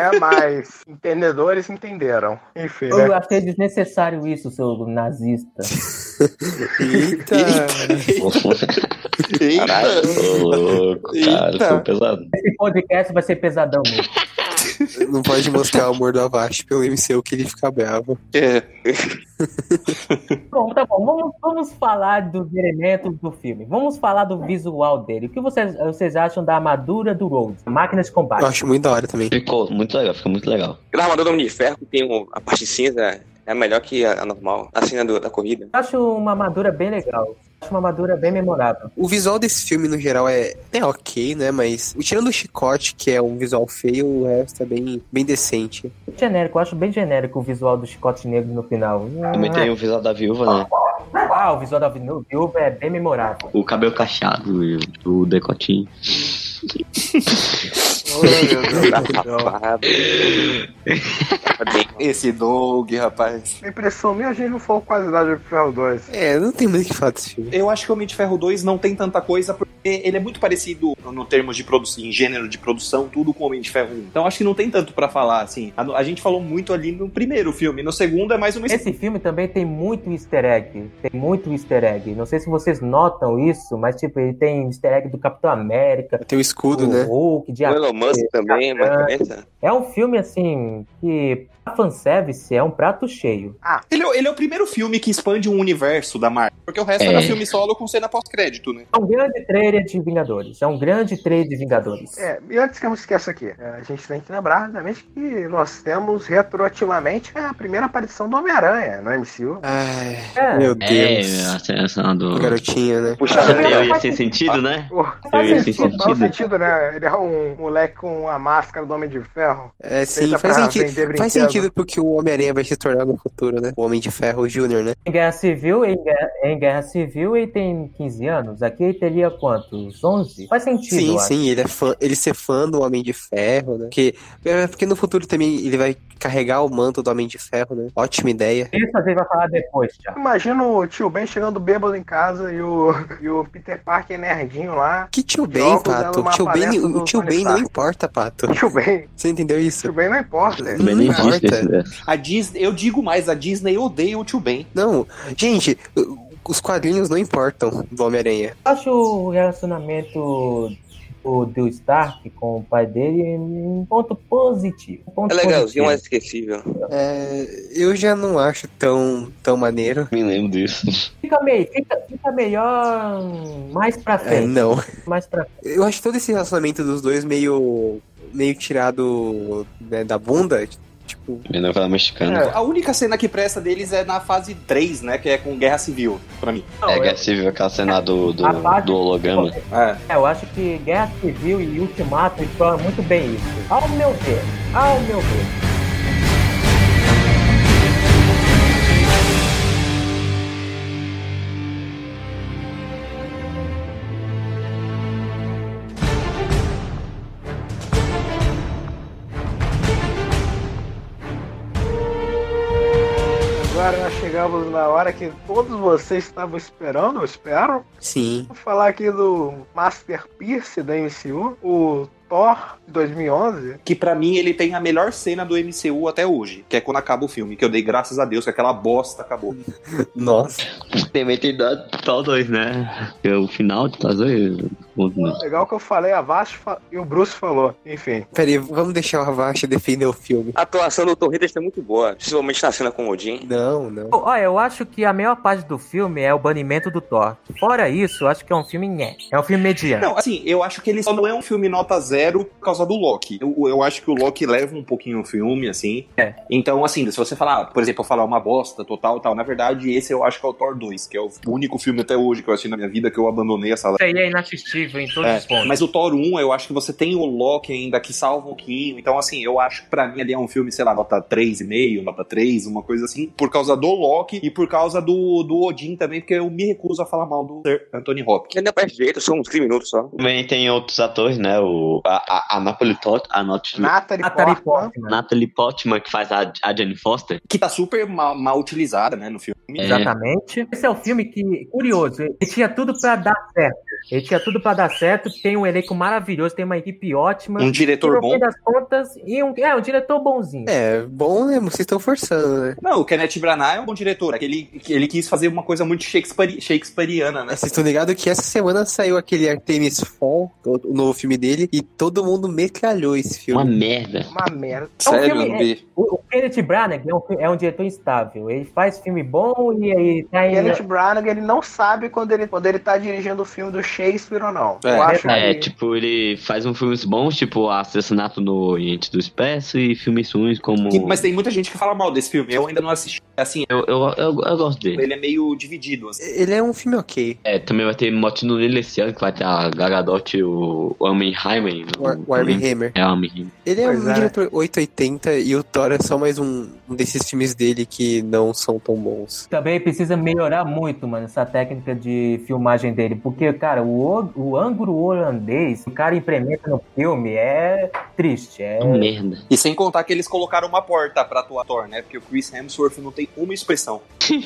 né? Mas entendedores entenderam. Enfim, Eu né? achei desnecessário isso, seu nazista. Eita! Eita! Ô, louco, cara, Eita. sou pesado. Esse podcast vai ser pesadão mesmo. Não pode mostrar o amor do Avast pelo M C U que ele fica bravo. É. Bom, tá bom. Vamos, vamos falar dos elementos do filme. Vamos falar do visual dele. O que vocês, vocês acham da armadura do Rhodes? Máquina de combate. Eu acho muito da hora também. Ficou muito legal, ficou muito legal. A armadura do Homem de Ferro, que tem um- a parte cinza, é melhor que a, a normal, a cena do- da corrida. Eu acho uma armadura bem legal. Acho uma armadura bem memorável. O visual desse filme, no geral, é, é ok, né? Mas, tirando o chicote, que é um visual feio, o resto é bem, bem decente. Genérico, eu acho bem genérico o visual do Chicote Negro no final. Também tem o visual da viúva, né? Ah, o visual da viú- viúva é bem memorável. O cabelo cacheado e o decotinho. Oh, meu Deus do céu. Rapado. Esse Doug, rapaz. A impressão minha, a gente não falou quase nada de Ferro dois. É, não tem muito o que falar desse filme. Eu acho que o Homem de Ferro dois não tem tanta coisa, porque ele é muito parecido no termos de produção, em gênero de produção, tudo com o Homem de Ferro um. Então acho que não tem tanto pra falar, assim. A, a gente falou muito ali no primeiro filme, no segundo é mais uma... Esse filme também tem muito easter egg. Tem muito easter egg. Não sei se vocês notam isso, mas tipo, ele tem easter egg do Capitão América, Tem o escudo, do né? Hulk, de O Elon Musk também, uma diferença. É um filme, assim, que a fanservice é um prato cheio. Ele, é- ele é o primeiro filme que expande um universo da Marvel, porque o resto É. era filme solo com cena pós-crédito, né? É um grande trailer de Vingadores. É um grande trailer de Vingadores. É, e antes que eu me esqueça aqui, é, a gente tem que lembrar também que nós temos retroativamente a primeira aparição do Homem-Aranha no M C U. Ai, É. meu É, Deus. a cena do... Garotinha, né? Puxa, Eu ia sem sentido, né? Pô, Faz Eu ia sentido. sem faz sentido. sentido, né? Ele é um moleque com a máscara do Homem de Ferro. É, sim, Feita faz pra sentido. vender Faz brinquedo. sentido porque o Homem-Aranha vai se tornar no futuro, né? O Homem de Ferro Júnior, né? Em Guerra Civil, em Guerra, em Guerra Civil ele tem quinze anos. Aqui ele teria quantos? onze? Faz sentido, Sim, eu acho. sim, ele é fã, ele ser fã do Homem de Ferro, né? Porque, é, porque no futuro também ele vai carregar o manto do Homem de Ferro, né? Ótima ideia. Isso a gente vai falar depois, já. Imagina o tio Ben chegando bêbado em casa e o, e o Peter Parker nerdinho lá. Que tio Ben, Jogos Pato? numa O tio Ben, palestra o do tio Tony Ben não Stark. importa, Pato. Tio Ben, Você entendeu isso? tio Ben não importa. Não Bem, nem existe importa. esse ideia. A Disney, eu digo mais, a Disney odeia o Tio Ben. Não, gente, os quadrinhos não importam do Homem-Aranha. Eu acho o relacionamento do, do Stark com o pai dele um ponto positivo. Um ponto É legalzinho, positivo. mas esquecível. É, eu já não acho tão, tão maneiro. Me lembro disso. Fica, meio, fica, fica melhor mais pra É, frente. não. Mais pra frente. Eu acho todo esse relacionamento dos dois meio, meio tirado, né, da bunda. Tipo, Minha novela mexicana. É. A única cena que presta deles é na fase três, né? Que é com Guerra Civil, pra mim. Não, É, eu- Guerra Civil, aquela cena do, do, A parte- do holograma. É. É, eu acho que Guerra Civil e Ultimato exploram muito bem isso. Ao meu ver. Ao meu ver. Agora nós chegamos na hora que todos vocês estavam esperando, eu espero. sim. Vou falar aqui do Masterpiece da M C U, o Thor dois mil e onze. Que pra mim ele tem a melhor cena do M C U até hoje, que é quando acaba o filme, que eu dei graças a Deus que aquela bosta acabou. Nossa. Também tem dado Thor dois, né? Que é o final de Thor dois. Legal que eu falei, a Vast fa- e o Bruce falou. Enfim, Peraí, vamos deixar o Avast defender o filme. A atuação do Tom Hiddleston é muito boa, principalmente na cena com o Odin. Não, não. Olha, eu acho que a melhor parte do filme é o banimento do Thor. Fora isso, eu acho que é um filme nhé. É um filme mediano. Não, assim, eu acho que ele só não é um filme nota zero por causa do Loki. Eu, eu acho que o Loki leva um pouquinho o filme, assim. É. Então, assim, se você falar, por exemplo, eu falar uma bosta total e tal, na verdade, esse eu acho que é o Thor dois, que é o único filme até hoje que eu assisti na minha vida que eu abandonei essa. Isso aí é inassistível em todos É, os pontos. mas o Thor um, eu acho que você tem o Loki ainda que salva um pouquinho. Então, assim, eu acho que pra mim ali é um filme, sei lá, nota três vírgula cinco, nota três, uma coisa assim, por causa do Loki e por causa do, do Odin também, porque eu me recuso a falar mal do Sir Anthony Hopkins. Que ainda parece direito, são uns quinze minutos só. Também tem outros atores, né? O a, a, a Napoli Tot, a Not, Natalie Natalie Portman. Portman. Natalie Portman, que faz a, a Jane Foster. Que tá super mal, mal utilizada, né, no filme. É. Exatamente. Esse é o filme que, curioso, ele tinha tudo pra dar certo. Ele tinha tudo pra dar certo, tem um elenco maravilhoso, tem uma equipe ótima. Um diretor e no bom. fim das contas, e um, é, um diretor bonzinho. É, bom, né? Vocês estão forçando, né? Não, o Kenneth Branagh é um bom diretor. Aquele, que ele quis fazer uma coisa muito Shakespeare, shakespeariana, né? Vocês estão ligados que essa semana saiu aquele Artemis Fall, o, o novo filme dele, e todo mundo metralhou esse Uma filme. merda. Uma merda. É um Sério, filme- eu não vi. O, o Kenneth Branagh é um, é um diretor instável. Ele faz filme bom e aí tá em... Kenneth Branagh, ele não sabe quando ele, quando ele tá dirigindo o filme do Shakespeare ou não. É, Eu acho É, que... tipo, ele faz uns filmes bons, tipo Assassinato no Oriente do Expresso, e filmes ruins como... Que- mas tem muita gente que fala mal desse filme. Eu ainda não assisti. Assim, Eu, eu, eu, eu gosto dele. ele é meio dividido. Assim. Ele é um filme ok. É, também vai ter Motino Lila esse ano, que vai ter a Gagadot e o o Armie Hammer. O, Ar- o Armie Hammer. É, o Armie Hammer. Ele é Pois um é. diretor oitocentos e oitenta e o Thor é só mais um, um desses filmes dele que não são tão bons. Também precisa melhorar muito, mano, essa técnica de filmagem dele. Porque, cara, o, o ângulo holandês, o cara implementa no filme é triste. É... É uma merda. E sem contar que eles colocaram uma porta pra atuar Thor, né? Porque o Chris Hemsworth não tem uma expressão.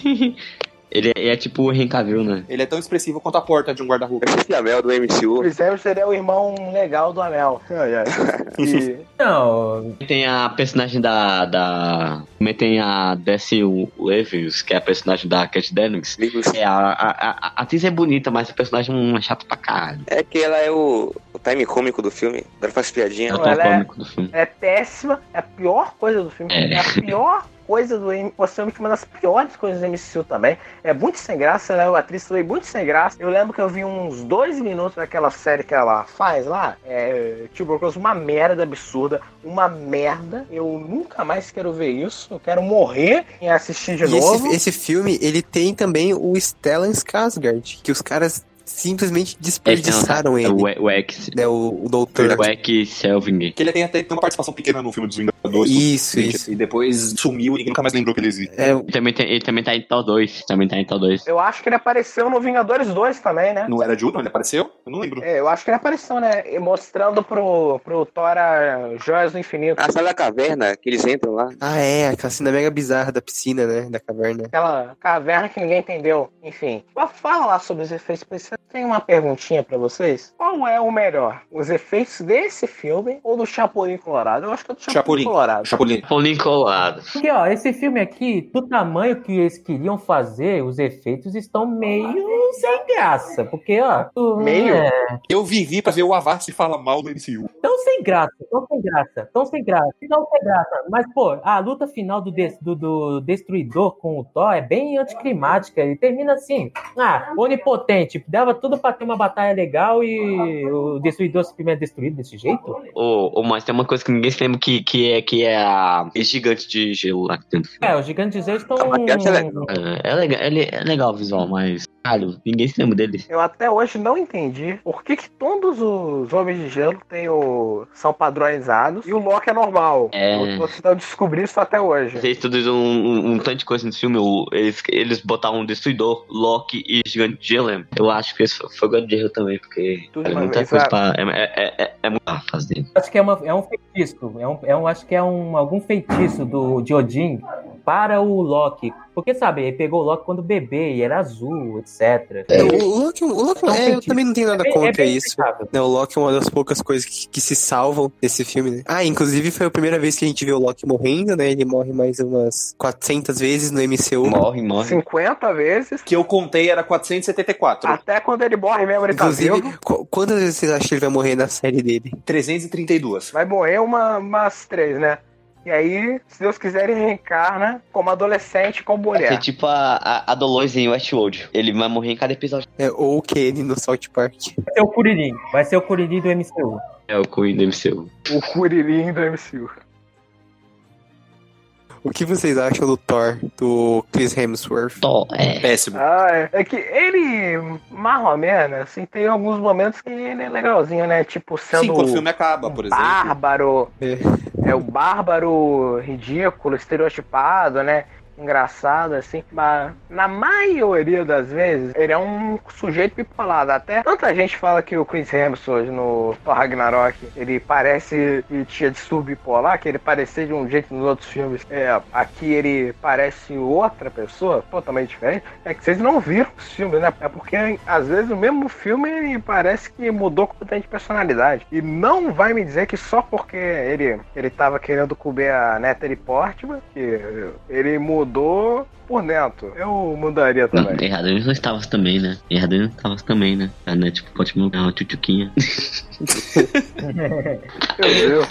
Ele é, é tipo o Henry Cavill, né? Ele é tão expressivo quanto a porta de um guarda-roupa. Eu assisti a Mel do M C U. Chris Hemsworth é o irmão legal do Amel. Ai, ai. E... Não, Tem a personagem da... da... Também tem a Desi Lewis, que é a personagem da Cat Dennings. É, a, a, a, a atriz é bonita, mas a personagem é chata pra caralho. É que ela é o, o time cômico do filme. Ela faz piadinha. É o Não, tom ela é- cômico do filme. Ela é péssima, é a pior coisa do filme. É. É, a pior coisa do M C U. Possivelmente uma das piores coisas do M C U também. É muito sem graça, ela é uma atriz também muito sem graça. Eu lembro que eu vi uns dois minutos daquela série que ela faz lá. É, Tuberculose, uma merda absurda. Uma merda. Eu nunca mais quero ver isso. Eu quero morrer e assistir de E novo. esse, esse filme, ele tem também o Stellan Skarsgård, que os caras simplesmente desperdiçaram ele. É o, o X. Né, o, o doutor. O X Selving. Que ele tem até tem uma participação pequena no filme dos Vingadores. Isso, isso. E depois sumiu e ninguém nunca mais lembrou que ele existe. É, Ele também, tem, ele também tá em Thor dois. Também tá em Thor dois. Eu acho que ele apareceu no Vingadores dois também, né? Não era Judo? Ele apareceu? Eu não lembro. É, eu acho que ele apareceu, né? E mostrando pro, pro Thor a Joias do Infinito. A sala da caverna, que eles entram lá. ah, é, aquela cena mega bizarra da piscina, né? Da caverna. Aquela caverna que ninguém entendeu. Enfim, vou falar lá sobre os efeitos especiais. Tem uma perguntinha pra vocês. Qual é o melhor? Os efeitos desse filme ou do Chapolin Colorado? Eu acho que é do Chapolin, Chapolin. Colorado. Chapolin. Paulinho colado. porque, ó, esse filme aqui, do tamanho que eles queriam fazer, os efeitos estão meio sem graça. Porque, ó, tu- Meio? é, Eu vivi pra ver o Avast falar mal do M C U. tão sem graça, tão sem graça, tão sem graça, tão sem graça. Mas, pô, a luta final do, des- do, do Destruidor com o Thor é bem anticlimática. Ele termina assim, ah, onipotente. Dava tudo pra ter uma batalha legal e o Destruidor simplesmente é destruído desse jeito. Ô, ô, mas tem uma coisa que ninguém se lembra que, que, é, que é a esse gigante de gelo lá dentro. É, os gigantes eles estão... A maquiagem é legal. É, é legal, ele é legal o visual, mas, caralho, ninguém se lembra dele. Eu até hoje não entendi por que, que todos os Homens de Gelo têm o... são padronizados e o Loki é normal. É. Eu tô tentando descobrir isso até hoje. Vocês tudo um, um, um tanto de coisa nesse filme, o- eles, eles botaram um Destruidor, Loki e Gigante de Gelo. Eu acho que esse foi, foi o grande erro também, porque Tudo é uma muita vez, coisa ah. pra. É, é, é, é muito pra fazer. Acho que é, uma, é um feitiço. É um, é um, acho que é um, algum feitiço do, de Odin para o Loki. Porque, sabe, ele pegou o Loki quando bebê e era azul, etcétera. É, o Loki, o Loki É um é, eu feitiço. também não tenho nada É bem- é contra bem isso. explicável. Né, o Loki é uma das poucas coisas que, que se salvam nesse filme, né? Ah, inclusive foi a primeira vez que a gente viu o Loki morrendo, né? Ele morre mais umas quatrocentas vezes no M C U. Morre, morre. cinquenta vezes. Que eu contei era quatrocentos e setenta e quatro. Até quando ele morre mesmo, ele tá Inclusive, vivo. qu- quantas vezes vocês acham que ele vai morrer na série dele? trezentos e trinta e dois. Vai morrer uma, umas três, né? E aí, se Deus quiser, ele reencarna como adolescente com Vai ser mulher. tipo a, a, a Dolores em Westworld. Ele vai morrer em cada episódio. É, ou o Kenny no South Park. Vai ser o Kuririn. Vai ser o Kuririn do M C U. É o Queen do M C U. O Kuririn do M C U. O que vocês acham do Thor, do Chris Hemsworth? Tó, é. Péssimo. Ah, é. É que ele, mais ou menos, assim, tem alguns momentos que ele é legalzinho, né? Tipo, sendo Sim, quando o filme acaba, por exemplo. bárbaro. É. É o bárbaro ridículo, estereotipado, né? engraçado, assim, mas na maioria das vezes ele é um sujeito bipolado. Até tanta gente fala que o Chris Hemsworth no Thor Ragnarok, ele parece que tinha distúrbio bipolar, que ele parecia de um jeito nos outros filmes. É, aqui ele parece outra pessoa, totalmente diferente. É que vocês não viram os filmes, né? É porque às vezes o mesmo filme ele parece que mudou completamente de personalidade. E não vai me dizer que só porque ele, ele tava querendo comer a Natalie Portman, que ele mudou por dentro. Eu mudaria também. Não, errado não estava também, né? Errado não estava também, né? A Net Portman é uma tchutchuquinha. Meu Deus.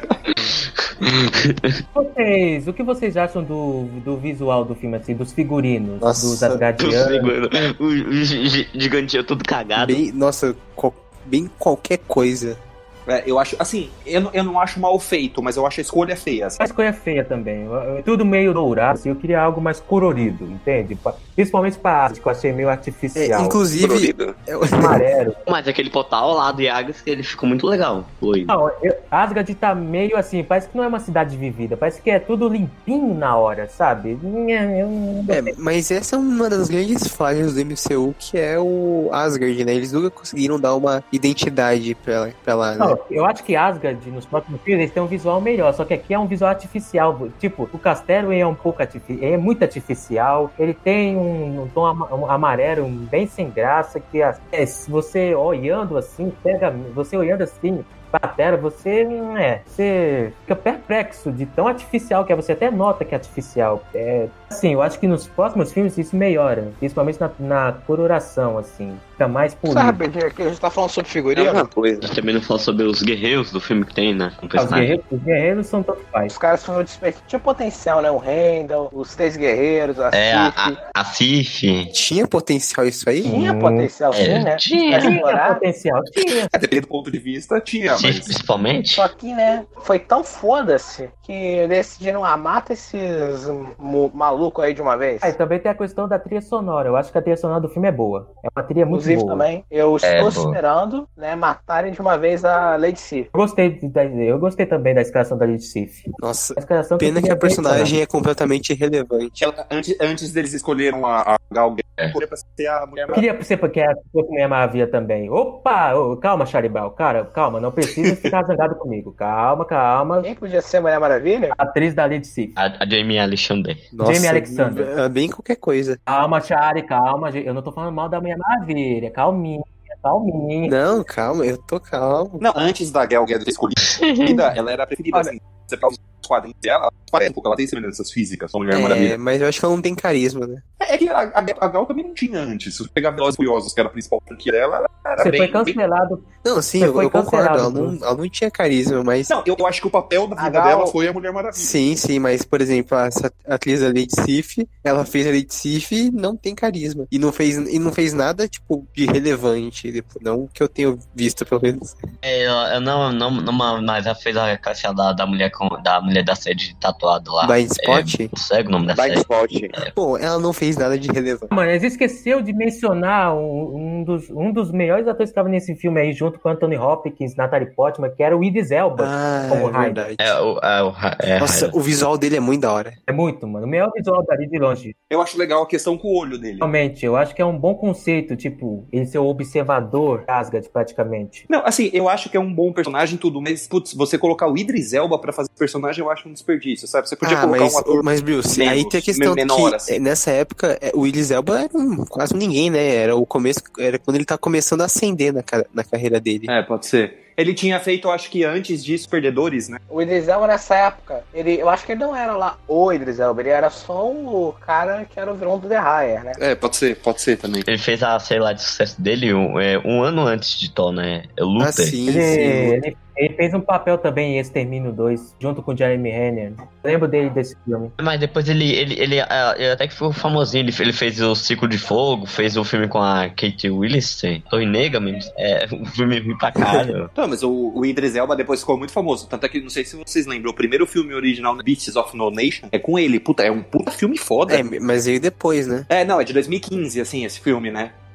Vocês, o que vocês acham do, do visual do filme, assim, dos figurinos, Nossa, dos Asgardianos? O, o, o gigantinho todo cagado. Bem, nossa, qual- bem qualquer coisa. É, eu acho, assim, eu, não- eu não acho mal feito, mas eu acho a escolha feia. Assim. A escolha é feia também. Eu- eu- Tudo meio dourado, assim, eu queria algo mais colorido, entende? Pa- Principalmente pra arte, que eu achei meio É, artificial. inclusive, Colorido. é, Amarelo. Mas aquele portal lá do Yagas, ele ficou muito legal. Foi. Não, eu, Asgard tá meio assim, parece que não é uma cidade vivida, parece que é tudo limpinho na hora, sabe? Eu não é, mas essa é uma das grandes falhas do M C U, que é o Asgard, né? Eles nunca conseguiram dar uma identidade pra, pra lá, né? Não, eu acho que Asgard, nos próximos filmes, eles têm um visual melhor, só que aqui é um visual artificial. Tipo, o castelo é um pouco artificial, é muito artificial, ele tem um, um tom ama- um amarelo bem sem graça, que é, se você olhando assim, pega, você olhando assim pra tela, você, é, você fica perplexo de tão artificial que é, você até nota que é artificial. É, assim, eu acho que nos próximos filmes isso melhora, principalmente na, na coloração, assim, fica mais polido. Só rapidinho aqui, a gente tá falando sobre É figurino. uma coisa. A gente também não falou sobre os guerreiros do filme que tem, né? Um Ah, os, personagem. guerreiros, os guerreiros são tanto faz. Os caras foram desperdiçados. Tinha potencial, né? O Randall, os três guerreiros, a É, a, Sif. a, a Sif. Tinha potencial isso aí? Tinha Hum, potencial, sim, é, né? tinha. Pra Tinha explorar. potencial, tinha. É, dependendo do ponto de vista, tinha, Sif, mas... principalmente. Só que, né, foi tão foda-se que decidiram ah, mata esses mu- malucos aí de uma vez. Ah, e também tem a questão da trilha sonora. Eu acho que a trilha sonora do filme é boa. É uma trilha muito Inclusive boa. também, eu É, estou boa. esperando, né, matarem de uma vez a Lady Sif. Eu gostei, de- da, eu gostei também da escalação da Lady Sif. Nossa, A escalação pena que a personagem é completamente irrelevante. Ela- antes, antes deles escolheram a, a Gal Gadot pra ser a Mulher Eu queria ser porque a Mulher Maravilha também. Opa! Ô, calma, Charibal. Cara, calma, não precisa ficar zangado comigo. Calma, calma. Quem podia ser a Mulher Maravilha? A atriz da Lady Sif. A, a Jamie Alexander. Nossa, Jamie Alexander. é bem qualquer coisa. Calma, Chari, calma. Eu não tô falando mal da Mulher Maravilha. Calminha, calminha. Não, calma, eu tô calmo. Não, antes da Gal Gadot ter escolhida, ela era a preferida, Olha. assim. Você pega os quadrinhos dela, ela parece um pouco, ela tem semelhanças físicas com a Mulher Maravilha. É, mas eu acho que ela não tem carisma, né? É, é que a, a, a Gal também não tinha antes. Se você pegar Velozes e Furiosos, que era a principal franquia dela, ela era Você bem... foi bem... cancelado. Não, sim, Você eu, foi eu concordo. cancelado, Ela não, Bruno. ela não tinha carisma, mas. Não, eu, eu acho que o papel da A vida Gal- dela foi a Mulher Maravilha. Sim, sim, mas, por exemplo, essa atriz da Lady Sif, ela fez a Lady Sif e não tem carisma. E não fez, e não fez nada, tipo, de relevante. Tipo, não que eu tenho visto, pelo menos. É, eu, eu não, não, não, mas ela fez a caixa da, da mulher com, da mulher da sede tatuado lá. Blind Spot? É, não segue o nome da Blind série. Spot. Bom, ela não fez nada de relevante. Mano, mas esqueceu de mencionar um, um dos, um dos melhores atores que estava nesse filme aí, junto com Anthony Hopkins, Natalie Portman, que era o Idris Elba. Ah, como é Hyde. verdade. É, o, é, o, é, Nossa, é, o visual dele é muito da hora. É muito, mano. O melhor visual dali de longe. Eu acho legal a questão com o olho dele. Realmente, eu acho que é um bom conceito, tipo, ele ser o observador Asgard, praticamente. Não, assim, eu acho que é um bom personagem e tudo, mas, putz, você colocar o Idris Elba pra fazer personagem, eu acho um desperdício, sabe? Você podia Ah, colocar mas, um ator... mas Bruce, menos- aí tem a questão menor, que assim. é, nessa época é, o Idris Elba era um, quase um ninguém, né? Era o começo, era quando ele tá começando a ascender na, ca- na carreira dele. É, pode ser. Ele tinha feito, eu acho que antes disso, Perdedores, né? O Idris Elba nessa época, ele, eu acho que ele não era lá o Idris Elba, ele era só o cara que era o vilão do The Hire, né? É, pode ser, pode ser também. ele fez a série lá de sucesso dele um, é, um ano antes de Thor, né? É o Luther. Ah, sim, Ele, sim. ele, ele fez um papel também em Extermínio dois, junto com o Jeremy Renner. Lembro dele desse filme. Mas depois ele, ele, ele, ah, ele até que ficou famosinho. Ele, ele fez o Ciclo de Fogo, fez o filme com a Kate Winslet, Torre Negra, mas é um filme ruim pra caralho. Não, mas o, o Idris Elba depois ficou muito famoso. Tanto é que, não sei se vocês lembram, o primeiro filme original, Beasts of No Nation, é com ele. Puta, é um puta filme foda. É, mas veio depois, né? É, não, é de dois mil e quinze, assim, esse filme, né?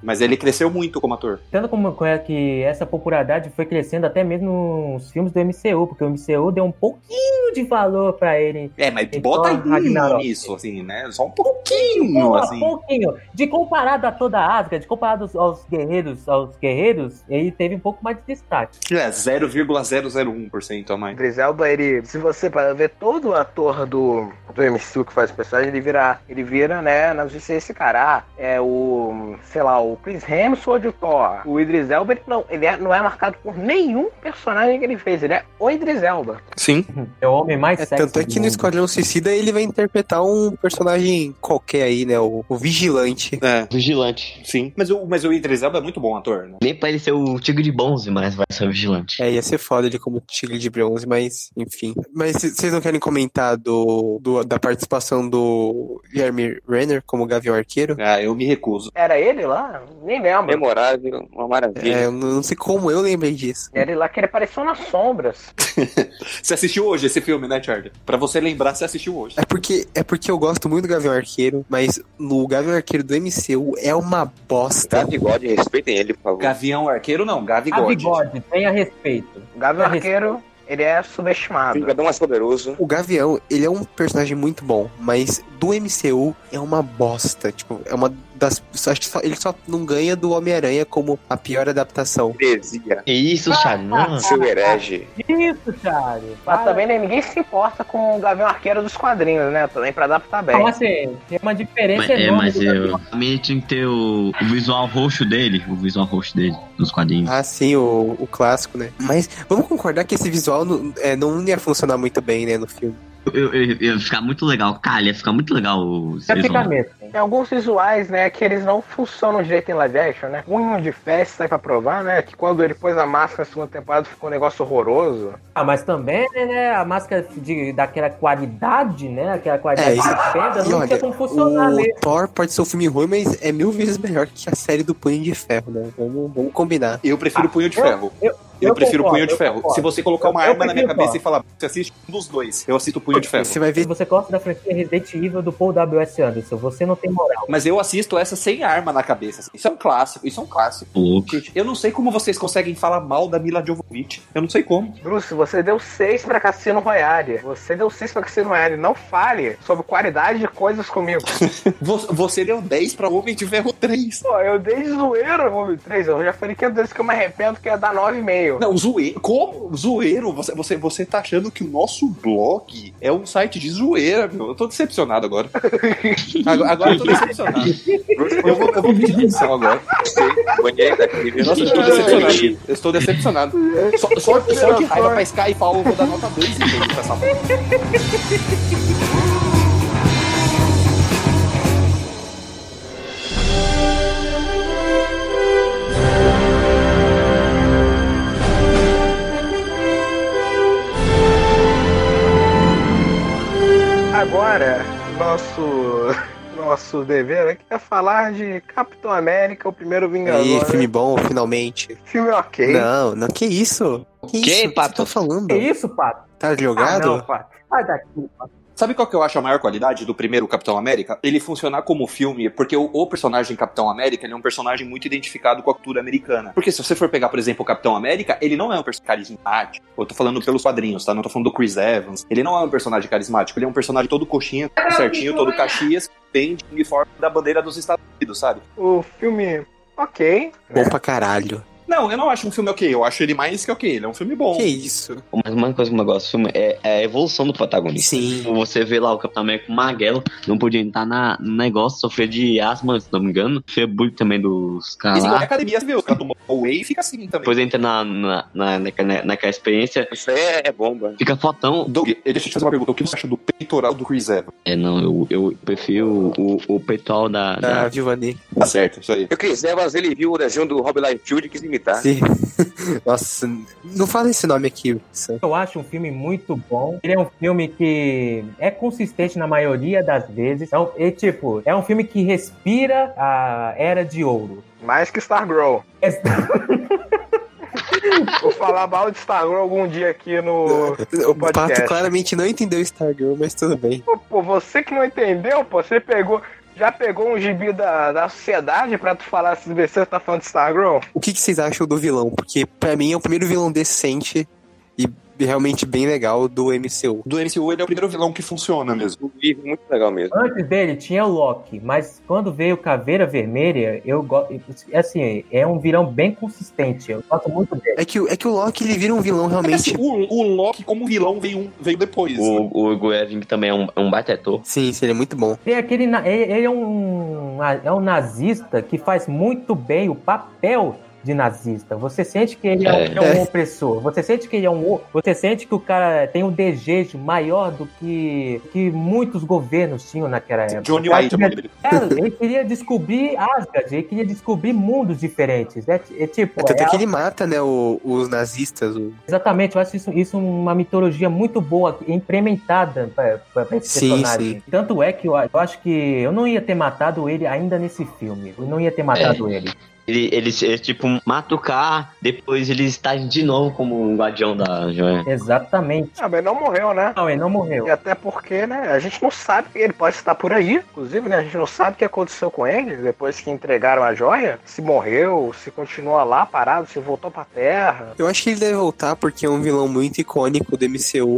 Mas ele cresceu muito como ator. Tanto como é que essa popularidade foi crescendo até mesmo nos filmes do M C U, porque o M C U deu um pouquinho de valor pra ele. É, mas Em bota Thor aí Ragnarok. nisso, assim, né? Só um pouquinho, Pô, assim. pouquinho. De comparado a toda a Asgard, de comparado aos, aos guerreiros, aos guerreiros, ele teve um pouco mais de destaque. É, zero vírgula zero zero um por cento a mais. Idris Elba, ele, se você para ver todo o ator do, do M C U que faz o personagem, ele vira, ele vira, né, na justiça esse cara, ah, é o, sei lá, o Chris Hemsworth, o Thor. O Idris Elba, ele não, ele é, não é marcado por nenhum personagem que ele fez, ele é o Idris Elba. Sim. É o homem mais É, sexy tanto é do que no mundo. Esquadrão Suicida ele vai interpretar um personagem qualquer aí, né? O, o Vigilante. É, Vigilante. sim. Mas o, mas o Idris Elba é muito bom ator, né? Nem pra ele ser o tigre de bronze, mas vai ser o vigilante. É, ia ser foda ele como tigre de bronze, mas enfim. Mas c- vocês não querem comentar do, do- da participação do Jeremy Renner como Gavião Arqueiro? Ah, eu me recuso. Era ele lá? Nem lembro. Memorável, uma maravilha. É, eu não não sei como eu lembrei disso. Era ele lá que ele apareceu nas sombras. Você assistiu hoje esse filme, né, Charlie? Pra você lembrar, você assistiu hoje. É porque, é porque eu gosto muito do Gavião Arqueiro, mas no Gavião Arqueiro do M C U é uma bosta. Gavigode, respeitem ele, por favor. Gavião Arqueiro não, A Gavigode. bigode, tenha respeito. O Gavião Tenha Arqueiro, ele é subestimado. Vingador mais poderoso. O Gavião, ele é um personagem muito bom, mas do M C U é uma bosta. Tipo, é uma das. Acho que só, ele só não ganha do Homem-Aranha como a pior adaptação. Heresia. Que isso, Charlie? Não. Seu herege. Isso, Charlie. Mas também né, ninguém se importa com o Gavião Arqueiro dos quadrinhos, né? Também pra adaptar bem. Então, assim, tem uma diferença Mas, é, enorme. mas do eu, Gavião. também tinha que ter o, o visual roxo dele, o visual roxo dele, nos quadrinhos. Ah, sim, o, o clássico, né? Mas vamos concordar que esse visual não, é, não ia funcionar muito bem, né, no filme. Eu, eu, ia ficar muito legal, cara, ia ficar muito legal o Vai ficar mesmo. Tem alguns visuais, né, que eles não funcionam direito em live action, né? Punho de festa aí pra provar, né? Que quando ele pôs a máscara na segunda temporada ficou um negócio horroroso. Ah, mas também, né, a máscara de, daquela qualidade, né, aquela qualidade É, isso- de pedra, E não olha, tinha como funcionar o mesmo. Thor pode ser um filme ruim, mas é mil vezes melhor que a série do Punho de Ferro, né? Vamos, vamos combinar. Eu prefiro Ah, Punho de eu- Ferro. eu- Eu, eu prefiro concordo, Punho de eu Ferro. concordo. Se você colocar uma Eu- eu arma na minha prefiro cabeça Thor. e falar, você assiste um dos dois, eu assisto Punho de Ferro. Você vai Se ver. você gosta da franquia Resident Evil do Paul W S. Anderson, você não tem moral. Mas eu assisto essa sem arma na cabeça. assim. Isso é um clássico, isso é um clássico. Louco. Gente, eu não sei como vocês conseguem falar mal da Mila Jovovich. Eu não sei como. Bruce, você deu seis pra Cassino Royale. Você deu seis pra Cassino Royale. Não fale sobre qualidade de coisas comigo. Vo- Você deu dez pra Homem de Ferro três. Pô, eu dei de zoeiro no Homem três. Eu já falei quinhentas vezes que eu me arrependo que ia dar nove e meio. Não, zoeiro. Como? Zoeiro? Você, você, você tá achando que o nosso blog é um site de zoeira, meu? Eu tô decepcionado agora. Agora, agora eu tô decepcionado. Eu vou, eu vou pedir demissão agora. Banheiro daqui, viu? Nossa, eu estou decepcionado. Eu estou decepcionado. Só, só, só de raiva pra Sky e Paulo, eu vou dar nota dois e meio pra essa porra. Agora, nosso, nosso dever aqui é falar de Capitão América, o primeiro Vingador. Aí, né? filme bom, finalmente. Filme ok. Não, não, que isso? Que Que, isso? O que Pato? você tá falando? Que isso, Pato? Tá Ah, jogado? não, Pato. Sai daqui, Pato. Sabe qual que eu acho a maior qualidade do primeiro Capitão América? Ele funcionar como filme, porque o, o personagem Capitão América, ele é um personagem muito identificado com a cultura americana. Porque se você for pegar, por exemplo, o Capitão América, ele não é um personagem carismático. Eu tô falando pelos quadrinhos, tá? Não tô falando do Chris Evans. Ele não é um personagem carismático, ele é um personagem todo coxinha, todo certinho, todo caxias, bem de uniforme da bandeira dos Estados Unidos, sabe? O filme ok. Bom pra caralho. Não, eu não acho um filme ok, eu acho ele mais que ok, ele é um filme bom. Que isso? Mas uma coisa que eu gosto do filme é, é a evolução do protagonista. Sim. Você vê lá o Capitão América magrelo, não podia entrar na, no negócio, sofrer de asma, se não me engano. Sofrer bullying também dos caras Isso na lá. academia, você vê, os caras tomam whey e fica assim também. Depois entra na, na, na, naquela, naquela experiência, Isso aí é, é bomba. fica fotão. Doug, deixa eu te fazer uma pergunta, o que você acha do peitoral do Chris Evans? É, não, eu, eu prefiro o, o peitoral da... Da da... Viúva Negra. Tá certo, isso aí. E o Chris Evans, ele viu o desenho do Rob Liefeld e quis imitar. Sim. Nossa, não fala esse nome aqui, Sam. Eu acho um filme muito bom. Ele é um filme que é consistente na maioria das vezes. Então, e, tipo, é um filme que respira a Era de Ouro. Mais que Stargirl. É- Vou falar mal de Stargirl algum dia aqui no, no O Pato podcast. claramente não entendeu Stargirl, mas tudo bem. Pô, pô, você que não entendeu, pô, você pegou... Já pegou um gibi da, da sociedade pra tu falar se você tá falando de Stargirl? O que, que vocês acham do vilão? Porque pra mim é o primeiro vilão decente e realmente bem legal do M C U. Do M C U, ele é o primeiro vilão que funciona mesmo. Muito legal mesmo. Antes dele tinha o Loki, mas quando veio Caveira Vermelha, eu gosto. Assim, é um vilão bem consistente. Eu gosto muito dele. É que, é que o Loki ele vira um vilão É que, realmente. assim, o, o Loki, como vilão, veio, veio depois. né? O, o Hugo Weaving também é um, é um baita ator. Sim, sim, ele é muito bom. Ele é, aquele, na- ele, ele é, um, é um nazista que faz muito bem o papel de nazista. Você sente que ele é, um- É. é um opressor. Você sente que ele é um. Você sente que o cara tem um desejo maior do que, que muitos governos tinham naquela época. Johnny O cara White é o nome queria- dele. É, ele queria descobrir Asgard, ele queria descobrir mundos diferentes. É, é tipo. É, tanto é que ele mata, né, o- os nazistas. o- Exatamente, eu acho isso, isso uma mitologia muito boa, implementada para esse Sim, personagem. sim. Tanto é que eu, eu acho que eu não ia ter matado ele ainda nesse filme. Eu não ia ter matado ele. Ele, ele, ele, tipo, mata o K, depois ele está de novo como um guardião da joia. Exatamente. Ah, mas não morreu, né? Não, ele não morreu. E até porque, né, a gente não sabe, ele pode estar por aí, inclusive, né, a gente não sabe o que aconteceu com ele depois que entregaram a joia, se morreu, se continua lá parado, se voltou pra Terra. Eu acho que ele deve voltar porque é um vilão muito icônico do M C U.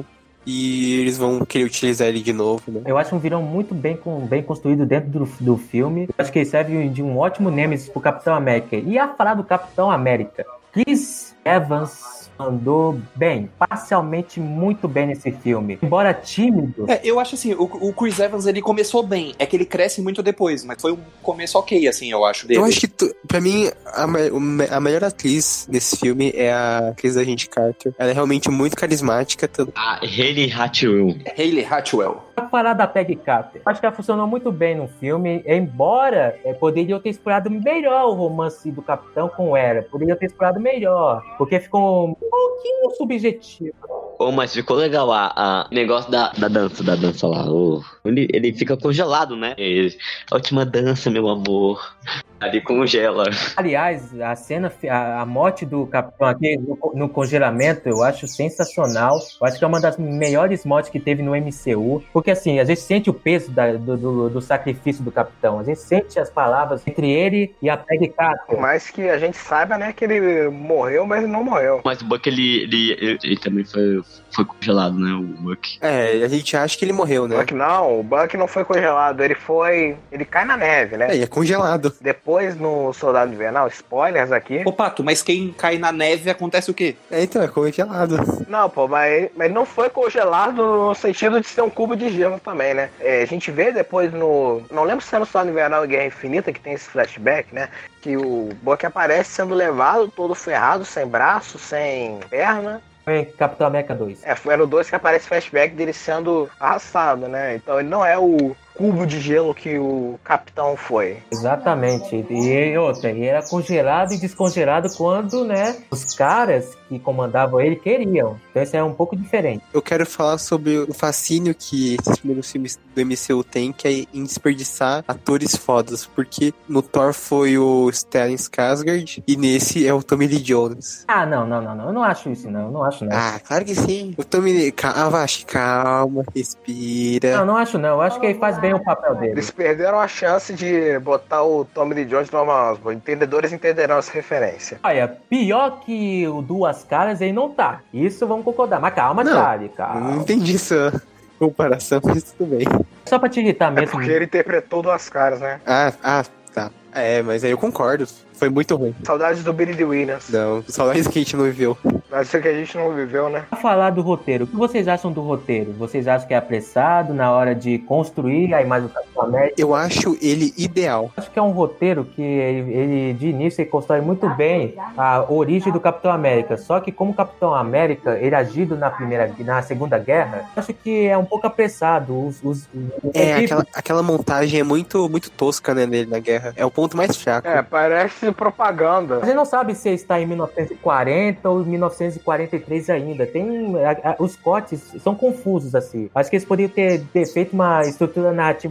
E eles vão querer utilizar ele de novo, né? Eu acho um vilão muito bem, com, bem construído dentro do, do filme. Eu acho que ele serve de um ótimo Nemesis pro Capitão América. E a falar do Capitão América, Chris Evans andou bem, parcialmente muito bem nesse filme. Embora tímido, É, eu acho assim, o, o Chris Evans, ele começou bem. É que ele cresce muito depois, mas foi um começo ok, assim, eu acho, dele. Eu acho que, tu- pra mim, a, ma- o me- a melhor atriz desse filme é a atriz da Agente Carter. Ela é realmente muito carismática. tanto- A Hayley Atwell. Hayley Atwell. pra falar da Peggy Carter, acho que ela funcionou muito bem no filme, embora é, poderiam ter explorado melhor o romance do Capitão com o Hera. Poderiam ter explorado melhor, porque ficou um pouquinho subjetivo. Oh, mas ficou legal a, a negócio da, da dança, da dança lá. Oh, ele, ele fica congelado, né? E, a última dança, meu amor. Ali congela. Aliás, a cena, a, a morte do Capitão aqui no, no congelamento, eu acho sensacional. Eu acho que é uma das melhores mortes que teve no M C U. Porque assim, a gente sente o peso da- do, do- do sacrifício do Capitão. A gente sente as palavras entre ele e a Peggy Por Carter. mais que a gente saiba, né, que ele morreu, mas ele não morreu. Mas o Buck, ele, ele, ele, ele também foi, foi congelado, né? O Buck. É, a gente acha que ele morreu, né? Buck não, o Buck não foi congelado, ele foi... Ele cai na neve, né? É, e é congelado. Depois, no Soldado Invernal, spoilers aqui. Ô, Pato, mas quem cai na neve acontece o quê? É, então, é congelado. Não, pô, mas, mas não foi congelado no sentido de ser um cubo de gelo também, né? É, a gente vê depois no... Não lembro se é no Soldado Invernal e Guerra Infinita que tem esse flashback, né? Que o Buck aparece sendo levado todo ferrado, sem braço, sem perna. Foi em Capitão América dois. É, foi no dois que aparece flashback dele sendo arrastado, né? Então ele não é o cubo de gelo que o Capitão foi. Exatamente. E outra, ele era congelado e descongelado quando, né, os caras que comandavam ele queriam. Então isso é um pouco diferente. Eu quero falar sobre o fascínio que esses primeiros filmes do M C U tem, que é em desperdiçar atores fodas. Porque no Thor foi o Stellan Skarsgård e nesse é o Tommy Lee Jones. Ah, não, não, não, não. Eu não acho isso, não. Eu não acho, não. Ah, claro que sim. O Tommy Lee... Calma, Acho, calma, respira. Não, não acho, não. Eu acho que ele faz bem o papel dele. Eles perderam a chance de botar o Tommy Lee Jones no Norman Osborn. Entendedores entenderão essa referência. Olha, pior que o Duas Caras, ele não tá. Isso vamos concordar. Mas calma, Não, Charlie, Eu calma. não entendi essa comparação, mas tudo bem. Só pra te irritar É mesmo. porque ele interpretou duas caras, né? Ah, ah, tá. É, mas aí eu concordo. Foi muito ruim. Saudades do Billy Dee Williams. Não, saudades que a gente não viveu. Mas isso que a gente não viveu, né? Pra falar do roteiro, o que vocês acham do roteiro? Vocês acham que é apressado na hora de construir a imagem do Capitão América? Eu acho ele ideal. Acho que é um roteiro que ele, ele, de início, ele constrói muito bem a origem do Capitão América. Só que como Capitão América, ele agido na primeira, na Segunda Guerra, acho que é um pouco apressado. Os, os, os É, equipes- aquela, aquela montagem é muito, muito tosca, né, dele na guerra. É o ponto mais fraco. É, parece propaganda. A gente não sabe se está em mil novecentos e quarenta ou mil novecentos e quarenta e três ainda. Tem a- a- os cortes são confusos assim. Acho que eles poderiam ter, ter feito uma estrutura narrativa nessa parte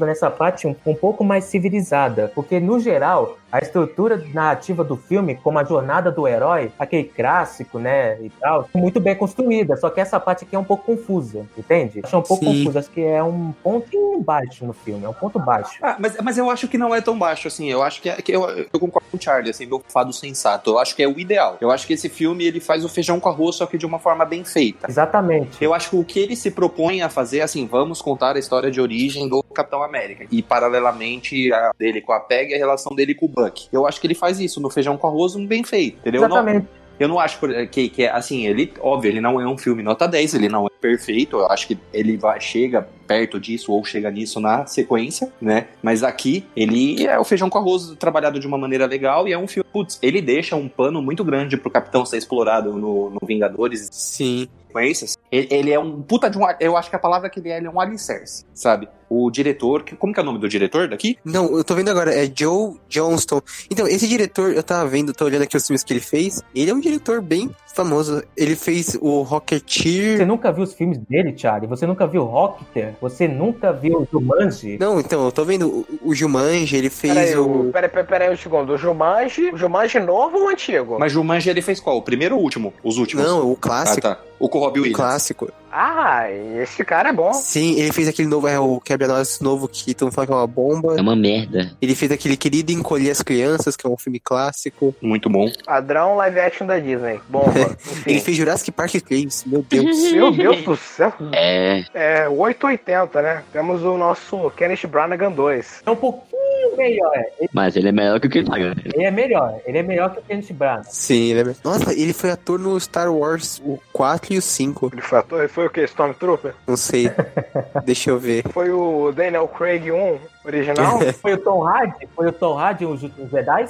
parte um, um pouco mais civilizada, porque no geral a estrutura narrativa do filme, como a jornada do herói, aquele clássico, né, e tal, muito bem construída, só que essa parte aqui é um pouco confusa, entende? Acho um pouco Sim. confusa, acho que é um ponto baixo no filme, é um ponto baixo. Ah, mas, mas eu acho que não é tão baixo, assim. Eu acho que, é, que eu, eu concordo com o Charlie, assim, do fado sensato. Eu acho que é o ideal. Eu acho que esse filme, ele faz o feijão com arroz, só que de uma forma bem feita. Exatamente. Eu acho que o que ele se propõe a fazer, assim, vamos contar a história de origem do Capitão América. E, paralelamente, a dele com a Peggy e a relação dele com o Buck. Eu acho que ele faz isso no feijão com arroz, um bem feito, entendeu? Exatamente. Não, eu não acho que, que, assim, ele, óbvio, ele não é um filme nota dez, ele não é perfeito, eu acho que ele vai, chega perto disso ou chega nisso na sequência, né? Mas aqui, ele é o feijão com arroz trabalhado de uma maneira legal e é um filme, putz, ele deixa um pano muito grande pro Capitão ser explorado no, no Vingadores. Sim. Sequências. Ele, ele é um puta de um, eu acho que a palavra que ele é, ele é um alicerce, sabe? O diretor, como que é o nome do diretor daqui? Não, eu tô vendo agora, é Joe Johnston. Então, esse diretor, eu tava vendo, tô olhando aqui os filmes que ele fez, ele é um diretor bem famoso. Ele fez o Rocketeer. Você nunca viu os filmes dele, Charlie? Você nunca viu Rocketeer? Você nunca viu o Jumanji? Não, então, eu tô vendo o, o Jumanji, ele fez Peraí, o... o... peraí, peraí, peraí um segundo. O Jumanji, o Jumanji novo ou antigo? Mas Jumanji ele fez qual? O primeiro ou o último? Os últimos? Não, o clássico. Ah, tá. O com o Robbie O Williams. clássico. Ah, esse cara é bom. Sim, ele fez aquele novo, é o Quebra-Nós novo que todo mundo fala que é uma bomba. É uma merda. Ele fez aquele Querido Encolher as Crianças, que é um filme clássico. Muito bom. Padrão live action da Disney. Bomba. Ele Enfim. fez Jurassic Park três, meu Deus. Meu Deus do céu. É. É oitocentos e oitenta, né? Temos o nosso Kenneth Branagh dois. É um pouquinho melhor. Mas ele é melhor que o Chris Pratt. Ele é melhor. Ele é melhor que o Kenneth Branagh. Sim, ele é... Nossa, ele foi ator no Star Wars, o quatro e o cinco. Ele foi ator? Ele foi o quê? Stormtrooper? Não sei. Deixa eu ver. Foi o Daniel Craig um original? Foi o Tom Hardy? Foi o Tom Hardy, os os Jedi?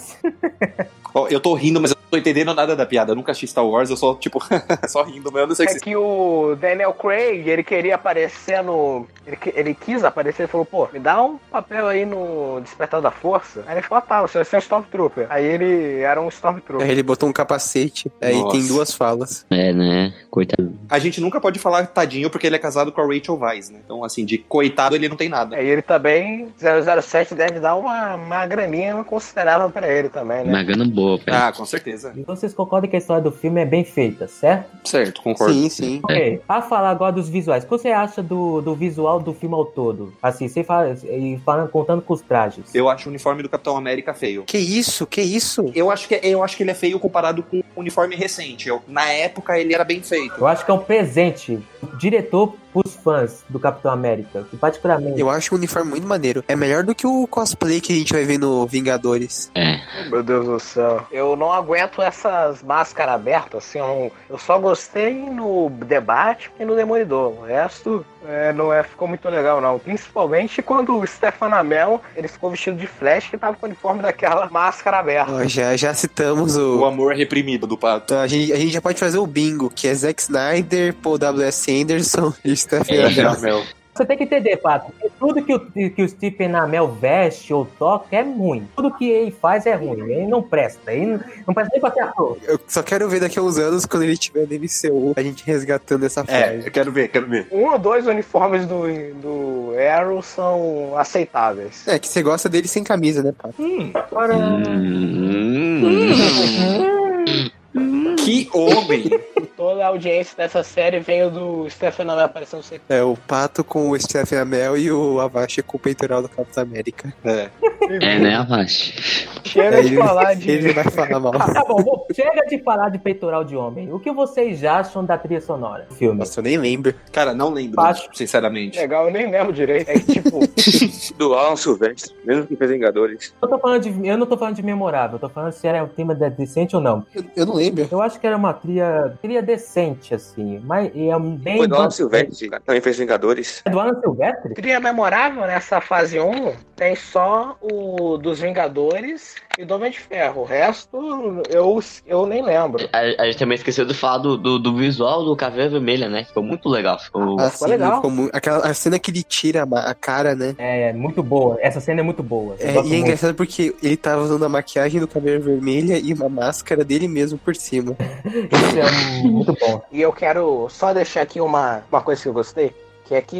Ó, eu tô rindo, mas eu não tô entendendo nada da piada. Eu nunca assisti Star Wars, eu só, tipo, só rindo, mas eu não sei o É que que o Daniel Craig, ele queria aparecer no... Ele, que- ele quis aparecer, ele falou, pô, me dá um papel aí no Despertar da Força. Aí ele falou, ah, tá, você vai ser um Stormtrooper. Aí ele era um Stormtrooper. Aí ele botou um capacete, aí Nossa. tem duas falas. É, né? Coitado. A gente nunca pode falar tadinho porque ele é casado com a Rachel Weisz, né? Então, assim, de coitado ele não tem nada. Aí ele também, zero zero sete deve dar uma, uma graninha considerável pra ele também, né? Uma grana boa, cara. Ah, com certeza. Então vocês concordam que a história do filme é bem feita, certo? Certo, concordo. Sim, sim. Ok. A falar agora dos visuais. O que você acha do, do visual do filme ao todo? Assim, sem falar, e falando, contando com os trajes. Eu acho o uniforme do Capitão América feio. Que isso? Que isso? Eu acho que, eu acho que ele é feio comparado com o uniforme recente. Eu, na época ele era bem feito. Eu acho que é um presente do diretor pros fãs do Capitão América. Que particularmente. Eu acho o uniforme muito maneiro. É melhor do que o cosplay que a gente vai ver no Vingadores. É. Meu Deus do céu. Eu não aguento essas máscaras abertas, assim, eu, não- eu só gostei no debate e no Demolidor. O resto é, não é, ficou muito legal, não. Principalmente quando o Stefan Amell, ele ficou vestido de Flash e tava com o uniforme daquela máscara aberta. Ó, já, já citamos O o... amor reprimido do Pato. Então, a, gente, a gente já pode fazer o bingo, que é Zack Snyder, Paul W S. Anderson e Stephen É, Amell. Amell. Você tem que entender, Pato, que tudo que o, que o Stephen Amell veste ou toca é ruim. Tudo que ele faz é ruim. Ele não presta. Ele não, não presta nem pra ser ator. Eu só quero ver daqui a uns anos, quando ele estiver no M C U, a gente resgatando essa É, frase. eu quero ver, quero ver. Um ou dois uniformes do, do Arrow são aceitáveis. É, que você gosta dele sem camisa, né, Pato? Agora, Hum. Que homem! Toda a audiência dessa série veio do Stephen Amell aparecendo sempre. É, o Pato com o Stephen Amell e o Avast com o peitoral do Capitão América. É. É, né, Avash? Chega É, de ele, falar de... ele vai falar mal. tá bom, vou- chega de falar de peitoral de homem. O que vocês acham da trilha sonora do filme? Nossa, eu nem lembro. Cara, não lembro, Acho. sinceramente. Legal, eu nem lembro direito. É que, tipo, Do Alan Silvestre, mesmo que fez Vingadores. Eu, tô falando de, eu não tô falando de memorável, eu tô falando se era um tema de- decente ou não. Eu, eu não lembro. Eu acho que era uma trilha, trilha decente, assim. Mas é um bem. Foi do Alan Silvestre, também fez Vingadores. É do Alan Silvestre? trilha memorável nessa fase um tem só o dos Vingadores e do Homem de Ferro. O resto eu, eu nem lembro. A, a gente também esqueceu de falar do, do, do visual do Caveira Vermelha, né? Ficou muito legal. Ficou... Ah, ficou sim, legal. ficou mu- aquela, a cena que ele tira a, ma- a cara, né? É, muito boa. Essa cena é muito boa. Eu É, gosto e é muito. engraçado porque ele tava usando a maquiagem do cabelo vermelha e uma máscara dele mesmo por cima. Isso é um- muito bom. E eu quero só deixar aqui uma, uma coisa que eu gostei, que é que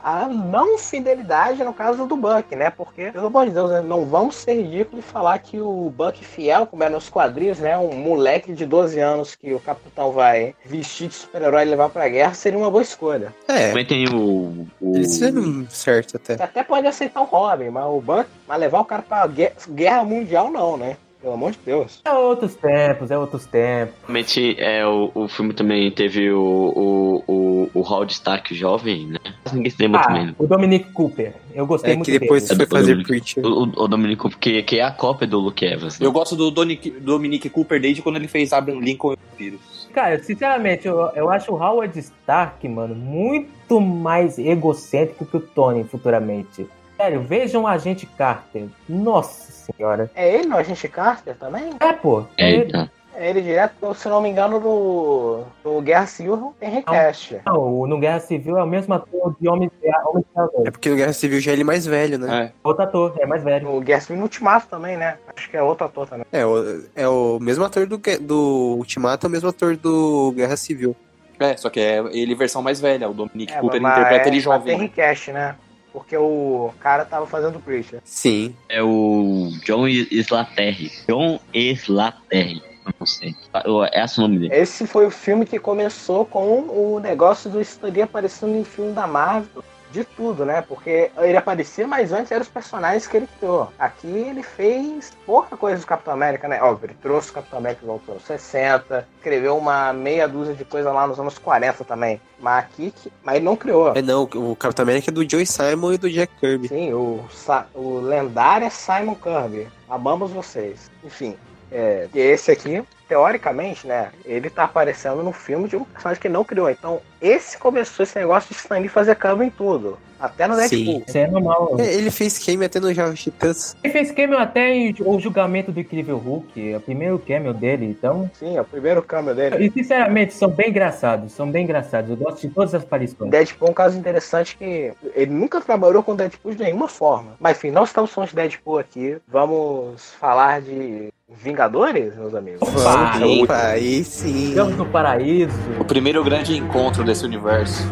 a não fidelidade no caso do Buck, né? Porque, pelo amor de Deus, né? Não vamos ser ridículos e falar que o Buck fiel, como é nos quadrinhos, né? Um moleque de doze anos que o capitão vai vestir de super-herói e levar pra guerra, seria uma boa escolha. É, Também tem o. o... eles fizeram certo até. Você até pode aceitar o Robin, mas o Buck, mas levar o cara pra guerra mundial, não, né? Pelo amor de Deus. É outros tempos, é outros tempos. Realmente, é, o, o filme também teve o, o, o, o Howard Stark jovem, né? Mas ninguém se lembra Ah, também. Né? o Dominic Cooper. Eu gostei É muito que depois dele. foi É do fazer Dominic- Preacher. O, o Dominic Cooper, que, que é a cópia do Luke Evans. Né? Eu gosto do Donic- Dominic Cooper desde quando ele fez Abraham Lincoln e o Vírus. Cara, sinceramente, eu, eu acho o Howard Stark, mano, muito mais egocêntrico que o Tony futuramente. Sério, vejam o Agente Carter. Nossa senhora. É ele no Agente Carter também? É, pô. É É, ele. então. É ele direto, se não me engano, do, do Guerra Civil tem recast. Não, o- no Guerra Civil é o mesmo ator de Homem de Homem de Ferro. É porque no Guerra Civil já é ele mais velho, né? É. Outro ator, é mais velho. No Guerra Civil no Ultimato também, né? Acho que é outro ator também. É, o, é o mesmo ator do, Gue- do Ultimato, é o mesmo ator do Guerra Civil. É, só que é ele versão mais velha. O Dominic É, Cooper mas interpreta é- ele mas jovem. tem Né? recast, né? Porque o cara tava fazendo Preacher. Sim. É o John Slater. John Slater. Eu não sei. É esse o nome dele. Esse foi o filme que começou com o negócio do Stan aparecendo em filme da Marvel. De tudo, né? Porque ele aparecia, mas antes eram os personagens que ele criou. Aqui ele fez pouca coisa do Capitão América, né? Óbvio, ele trouxe o Capitão América nos anos sessenta, escreveu uma meia dúzia de coisa lá nos anos quarenta também. Mas aqui, mas ele não criou. É não, o Capitão América é do Joe Simon e do Jack Kirby. Sim, o, Sa- o lendário é Simon Kirby. Amamos vocês. Enfim, é, e esse aqui, teoricamente, né, ele tá aparecendo no filme de um personagem que ele não criou. Então, esse começou esse negócio de Stan Lee fazer câmbio em tudo. Até no Sim. Deadpool. Isso é normal. É, ele fez cameo até no Jovem Titãs. Ele fez cameo até em O Julgamento do Incrível Hulk, é o primeiro cameo dele, então... Sim, é o primeiro câmbio dele. E sinceramente, são bem engraçados, são bem engraçados. Eu gosto de todas as aparições. Deadpool é um caso interessante que ele nunca trabalhou com Deadpool de nenhuma forma. Mas enfim, nós estamos falando de Deadpool aqui. Vamos falar de Vingadores, meus amigos? Opa, Vamos, opa, aí sim. Chegamos no paraíso. O primeiro grande encontro desse universo.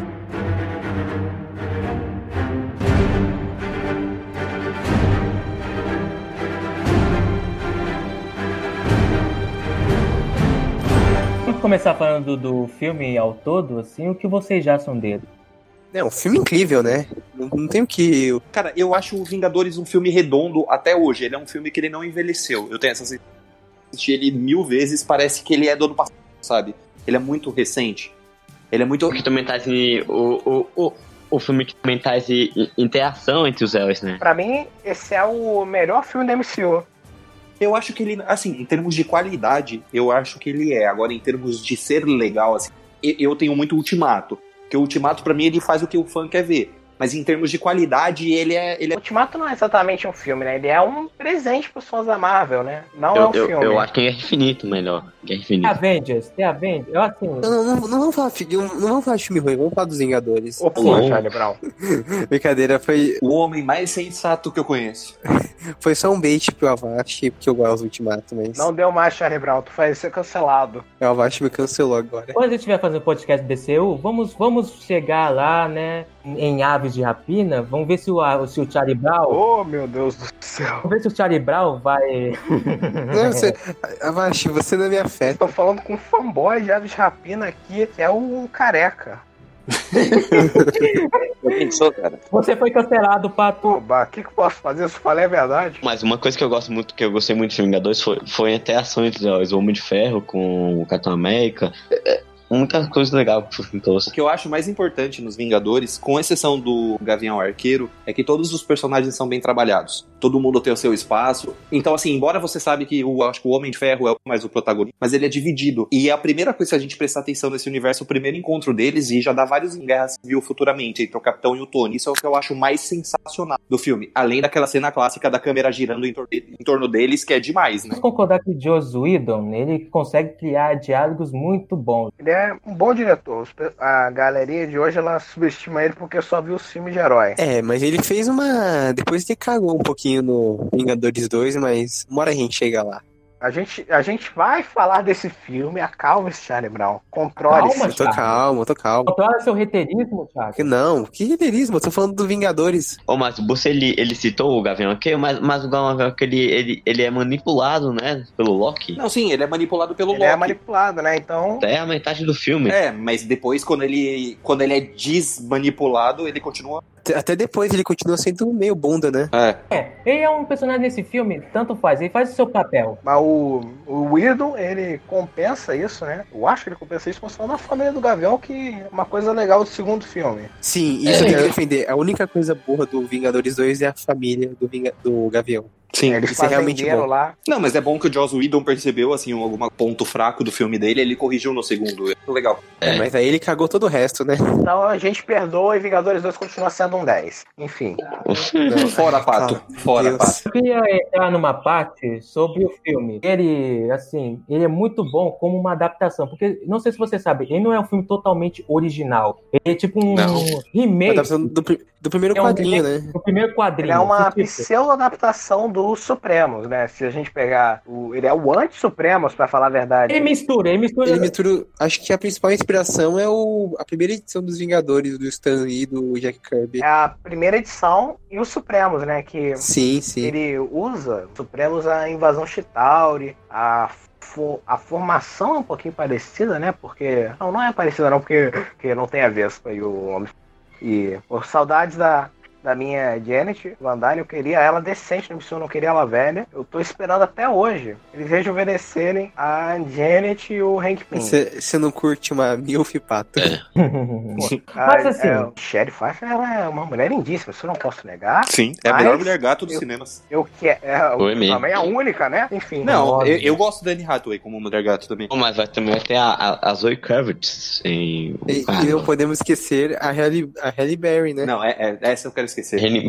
Vamos começar falando do filme ao todo, assim, o que vocês já são dele. É um filme incrível, né? Não, não tem o que... Cara, eu acho o Vingadores um filme redondo até hoje. Ele é um filme que ele não envelheceu. Eu tenho essa sensação. Assisti ele mil vezes, parece que ele é do ano passado, sabe? Ele é muito recente. Ele é muito... O que também traz o, o, o, o filme que também traz interação entre os heróis, né? Pra mim, esse é o melhor filme da M C U. Eu acho que ele, assim, em termos de qualidade, eu acho que ele é. Agora, em termos de ser legal, assim, eu eu tenho muito Ultimato. Porque o Ultimato, pra mim, ele faz o que o fã quer ver. Mas em termos de qualidade, ele é... Ele O é... Ultimato não é exatamente um filme, né? Ele é um presente pros fãs da Marvel, né? Não é Eu, um eu, filme. eu acho que é Infinito melhor. Guerra Tem Infinita. Avengers, tem Avengers. Eu, assim, Não, não, não, não vamos falar de, não vamos falar de filme ruim, vamos falar dos Vingadores. Opa, Não. Charlie Brown. Brincadeira, foi, O homem mais sensato que eu conheço. foi só um bait pro Avast, porque eu gosto do Ultimato, mas Não deu mais, Charlie Brown. Tu vai ser cancelado. o Avast me cancelou agora. quando a gente estiver fazendo podcast do D C U, vamos, vamos chegar lá, né, em Aves de Rapina, vamos ver se o, se o Charlie Brown... Oh, meu Deus do céu. Vamos ver se o Charlie Brown vai... Não, você, Avast, você não me afeta. Tô falando com um fanboy de Aves de Rapina aqui, que é o Careca. Já pensou, cara? Você foi cancelado, Pato. Oba, o que, que eu posso fazer se eu falei a verdade? Mas uma coisa que eu gosto muito, que eu gostei muito de Vingadores, foi, foi a interação entre os heróis. O Homem de Ferro com o Capitão América. É, é, muita coisa legal que o filme trouxe. O que eu acho mais importante nos Vingadores, com exceção do Gavião Arqueiro, é que todos os personagens são bem trabalhados. Todo mundo tem o seu espaço. Então, assim, embora você sabe que o, acho que o Homem de Ferro é mais o protagonista, mas ele é dividido. E a primeira coisa que a gente prestar atenção nesse universo, o primeiro encontro deles, e já dá vários em Guerra Civil futuramente, entre o Capitão e o Tony. Isso é o que eu acho mais sensacional do filme. Além daquela cena clássica da câmera girando em, tor- em torno deles, que é demais, né? Vamos concordar que o Joss Whedon, ele consegue criar diálogos muito bons. Ele é um bom diretor. Os pe- A galeria de hoje, ela subestima ele porque só viu os filmes de herói. É, mas ele fez uma... Depois ele cagou um pouquinho no Vingadores dois, mas uma hora a gente chega lá. A gente, a gente vai falar desse filme, acalme-se, Charlie Brown. Controle-se. Calma, Eu tô calmo, eu tô calmo. Controla seu reiterismo, Thiago. Que não, que reiterismo, eu tô falando do Vingadores. Ô, mas você, ele, ele citou o Gavião Arqueiro, mas, mas o Gavião Arqueiro, ele, ele, ele é manipulado, né, pelo Loki. Não, sim, ele é manipulado pelo Ele Loki. é manipulado, né? Então. Até a metade do filme. É, mas depois, quando ele, quando ele é desmanipulado, ele continua... Até depois ele continua sendo meio bunda, né? É. É, ele é um personagem nesse filme, tanto faz, ele faz o seu papel. Mas o, o Whedon, ele compensa isso, né? Eu acho que ele compensa isso mostrando a família do Gavião, que é uma coisa legal do segundo filme. Sim, isso É. eu tenho que defender. A única coisa boa do Vingadores dois é a família do, Vinga- do Gavião. Sim. Eles isso é realmente fazendeiro bom. lá. Não, mas é bom que o Joss Whedon percebeu, assim, algum ponto fraco do filme dele, ele corrigiu no segundo. É legal. É, mas aí ele cagou todo o resto, né? Então a gente perdoa e Vingadores dois continua sendo um dez. Enfim. Não, Fora, Pato. calma. Fora, Deus. Pato. Eu queria entrar numa parte sobre o filme. Ele, assim, ele é muito bom como uma adaptação, porque, não sei se você sabe, ele não é um filme totalmente original. Ele é tipo um Não. remake Adaptação do, pri- do primeiro É um quadrinho, remake né? do primeiro quadrinho. Ele é uma que, tipo, pseudo-adaptação dos Supremos, né? Se a gente pegar. O, ele é o anti-Supremos, pra falar a verdade. ele mistura, ele mistura... Ele mistura. Acho que a principal inspiração é o, a primeira edição dos Vingadores, do Stan Lee e do Jack Kirby. É a primeira edição e os Supremos, né? Que Sim, sim. ele usa, os Supremos, a invasão Chitauri, a, fo- a formação é um pouquinho parecida, né? Porque. Não, não é parecida, não, porque, porque não tem a Vespa e o Homem. E por saudades da, da minha Janet Van Dyne, eu queria ela decente no M C U, eu não queria ela velha. Eu tô esperando até hoje eles rejuvenescerem a Janet e o Hank Pym. Você não curte uma milf, Pato? Mas assim- É, a Sherry Pfeiffer, ela é uma mulher lindíssima, isso eu não posso negar. Sim, é a Mas melhor mulher gato dos eu- cinemas. Eu que é, Oi, mesmo. também a única, né? Enfim. Não, óbvio. eu, eu gosto da Anne Hathaway como mulher gato também. Pô, mas vai, também vai ter a, a, a Zoe Kravitz em... E, e não podemos esquecer a Halle, a Halle Berry, né? Não, é, é- essa eu quero esquecer. Reni-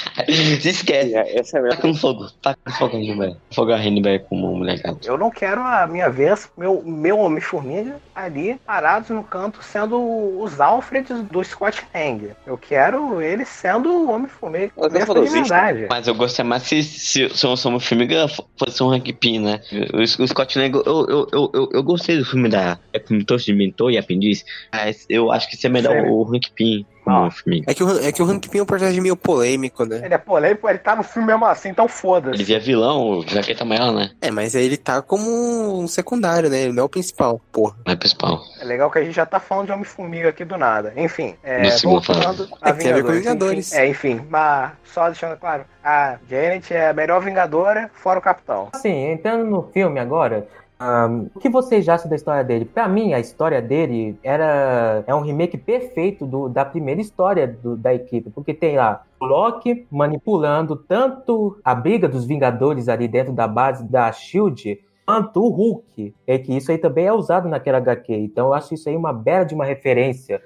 Se esquece. Essa é a Tá minha... com fogo. Tá com fogo a Renberg. Fogo a Renberg como mulher gato. Eu não quero a minha vez, meu, meu Homem-Formiga ali parados no canto sendo os Alfreds do Scott Lang. Eu quero ele sendo o Homem-Formiga Mas mesmo falou de existe. verdade. Mas eu gostaria mais se, se, se o Somos Formiga fosse um Hank Pym, né? O, o Scott Lang, eu, eu, eu, eu, eu gostei do filme da é, com Torre de Mentor e Aprendiz, mas eu acho que seria melhor Sério? o Hank Pym como Ah. Formiga. É que o, é que o Hank Pym é um personagem meio polêmico, né? Ele é polêmico, ele tá no filme mesmo assim, então Ele foda-se. via vilão, jaqueta maior, né? É, mas aí ele tá como um secundário, né? Ele não é o principal, porra. Não é principal. É legal que a gente já tá falando de Homem-Formiga aqui do nada. Enfim, é, No segundo voltando a É que tem a ver com Vingadores. Vingadores. Enfim, é, enfim, mas só deixando claro, a Janet é a melhor Vingadora, fora o Capitão. Assim, entrando no filme agora, ahn, o que vocês acham da história dele? Pra mim, a história dele era é um remake perfeito do, da primeira história do- da equipe, porque tem lá o Loki manipulando tanto a briga dos Vingadores ali dentro da base da SHIELD, quanto o Hulk. É que isso aí também é usado naquela agá quê, então eu acho isso aí uma bela de uma referência.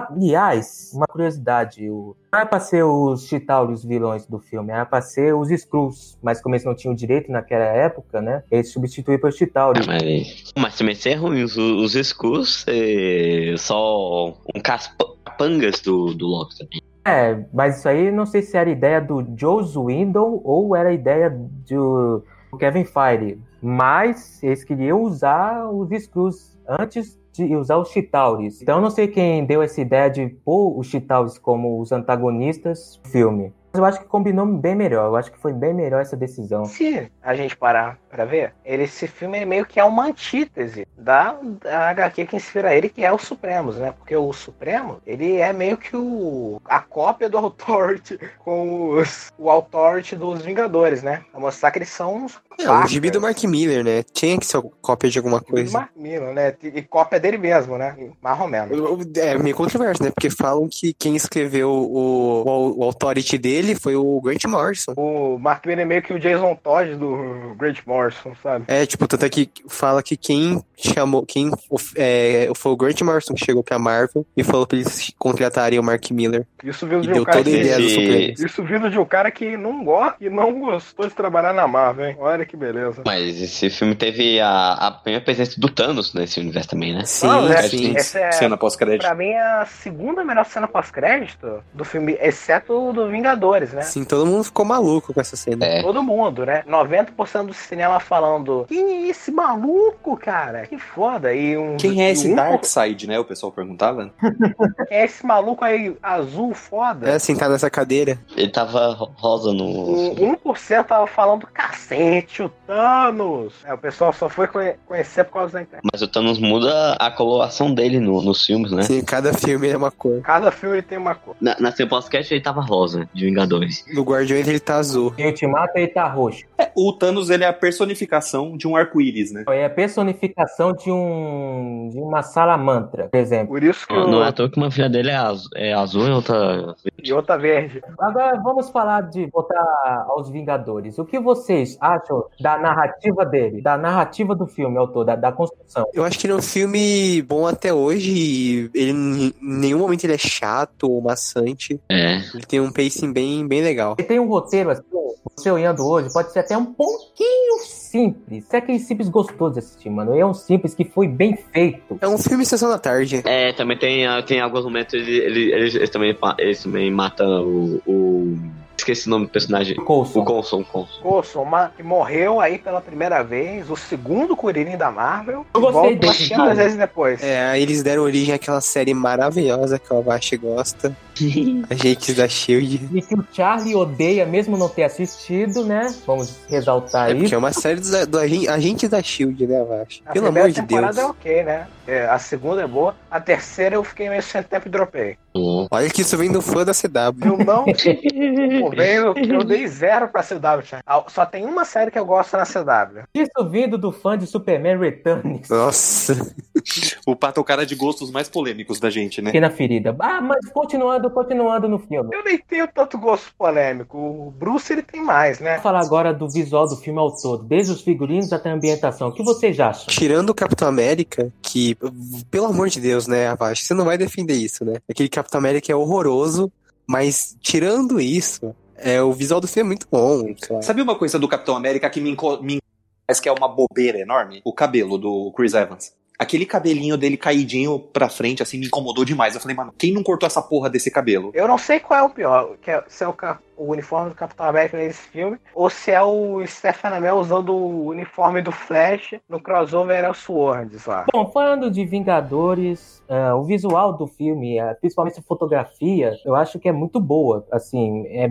Aliás, uma curiosidade, o... não era pra ser os Chitauri os vilões do filme, era pra ser os Skrulls, mas como eles não tinham direito naquela época, né, eles substituíram pelos Chitauri. É, mas, mas também ser ruim, os, os Skrulls é só um capangas do, do Loki também. É, mas isso aí não sei se era ideia do Joss Whedon ou era ideia do Kevin Feige, mas eles queriam usar os Skrulls antes de usar os Chitauris. Então eu não sei quem deu essa ideia de pôr os Chitauris como os antagonistas do filme. Mas eu acho que combinou bem melhor, eu acho que foi bem melhor essa decisão. Se a gente parar pra ver, ele, esse filme é meio que é uma antítese da, da agá quê que inspira ele, que é o Supremos, né? Porque o Supremo, ele é meio que o, a cópia do Authority com os, o Authority dos Vingadores, né? Pra mostrar que eles são uns É, o gibi do Mark Miller, né? Tinha que ser cópia de alguma do coisa. Mark Miller, né? E cópia dele mesmo, né? Mais ou menos. É meio controverso, né? Porque falam que quem escreveu o, o, o Authority dele foi o Grant Morrison. O Mark Miller é meio que o Jason Todd do Grant Morrison, sabe? É, tipo, tanto é que fala que quem chamou, quem é, foi o Grant Morrison que chegou pra Marvel e falou pra eles contratarem o Mark Miller. Isso vindo E de um deu cara toda a que... ideia do Esse- Supremos. Isso vindo de um cara que não gosta e não gostou de trabalhar na Marvel, hein? Olha que beleza. Mas esse filme teve a, a primeira presença do Thanos nesse universo também, né? Sim, Não, né? sim. Essa é, Cena pós-crédito. pra mim, é a segunda melhor cena pós-crédito do filme, exceto o do Vingadores. Vingadores, né? Sim, todo mundo ficou maluco com essa cena. É. Todo mundo, né? noventa por cento do cinema falando: quem é esse maluco, cara? Que foda. E um, Quem é e esse um, Darkseid, né? O pessoal perguntava. Quem é esse maluco aí, azul, foda? É, sentar nessa cadeira. Ele tava ro- rosa no. Um, um por cento tava falando: cacete, o Thanos. É, o pessoal só foi conhe- conhecer por causa da internet. Mas o Thanos muda a coloração dele no- nos filmes, né? Sim, cada filme é uma cor. Cada filme tem uma cor. Na, na seu podcast ele tava rosa, de Vingadores. No Guardiões ele tá azul. Em Ultimato ele tá roxo. É, o Thanos, ele é a personificação de um arco-íris, né? É a personificação de um de uma salamandra, por exemplo. Por isso que Não, o... não é à toa que uma filha dele é azul, é azul e outra. E outra verde. Agora vamos falar de voltar aos Vingadores. O que vocês acham da narrativa dele, da narrativa do filme, ao todo, da, da construção? Eu acho que ele é um filme bom até hoje. E ele, em nenhum momento ele é chato ou maçante. É. Ele tem um pacing bem, bem legal. Ele tem um roteiro assim, você olhando hoje, pode ser até um pouquinho simples. É aquele simples gostoso de assistir, mano. É um simples que foi bem feito. É um filme Sessão da Tarde. É, também tem, ah, tem alguns momentos ele, ele- eles, eles também, pa- eles também matam o, o- Esqueci o nome do personagem. Coulson. O Coulson, o Coulson. Coulson, uma- que morreu aí pela primeira vez, o segundo Kuririn da Marvel. Eu e gostei volta dele, umas quinhentas cara. vezes depois. É, aí eles deram origem àquela série maravilhosa que o Avashi gosta. Agentes da Shield. E que o Charlie odeia, mesmo não ter assistido, né? Vamos ressaltar É porque isso. é uma série do, do agen- Agentes da Shield, né, Avashi? A Pelo primeira amor de temporada Deus. é ok, né? É, a segunda é boa. A terceira eu fiquei meio sem tempo e dropei. Hum. Olha que isso vem do fã da C W. Eu não. Pô, veio, eu dei zero pra C W. Thiago. Ah, só tem uma série que eu gosto na C W. Isso vindo do fã de Superman Returns. Nossa. O Pato é o cara de gostos mais polêmicos da gente, né? Pequena ferida. Ah, mas continuando, continuando no filme. Eu nem tenho tanto gosto polêmico. O Bruce, ele tem mais, né? Vou falar agora do visual do filme ao todo, desde os figurinos até a ambientação. O que vocês acham? Tirando o Capitão América, que, pelo amor de Deus, né, Avashi, você não vai defender isso, né? Aquele Capitão América é horroroso, mas tirando isso, é, o visual do filme é muito bom. Claro. Sabe uma coisa do Capitão América que me, inco- me parece que é uma bobeira enorme? O cabelo do Chris Evans. Aquele cabelinho dele caidinho pra frente, assim, me incomodou demais. Eu falei, mano, quem não cortou essa porra desse cabelo? Eu não sei qual é o pior. Que é, se é o, ca- o uniforme do Capitão América nesse filme, ou se é o Stephen Amell usando o uniforme do Flash no crossover Elseworlds lá. Bom, falando de Vingadores, ah, o visual do filme, ah, principalmente a fotografia, eu acho que é muito boa. Assim, é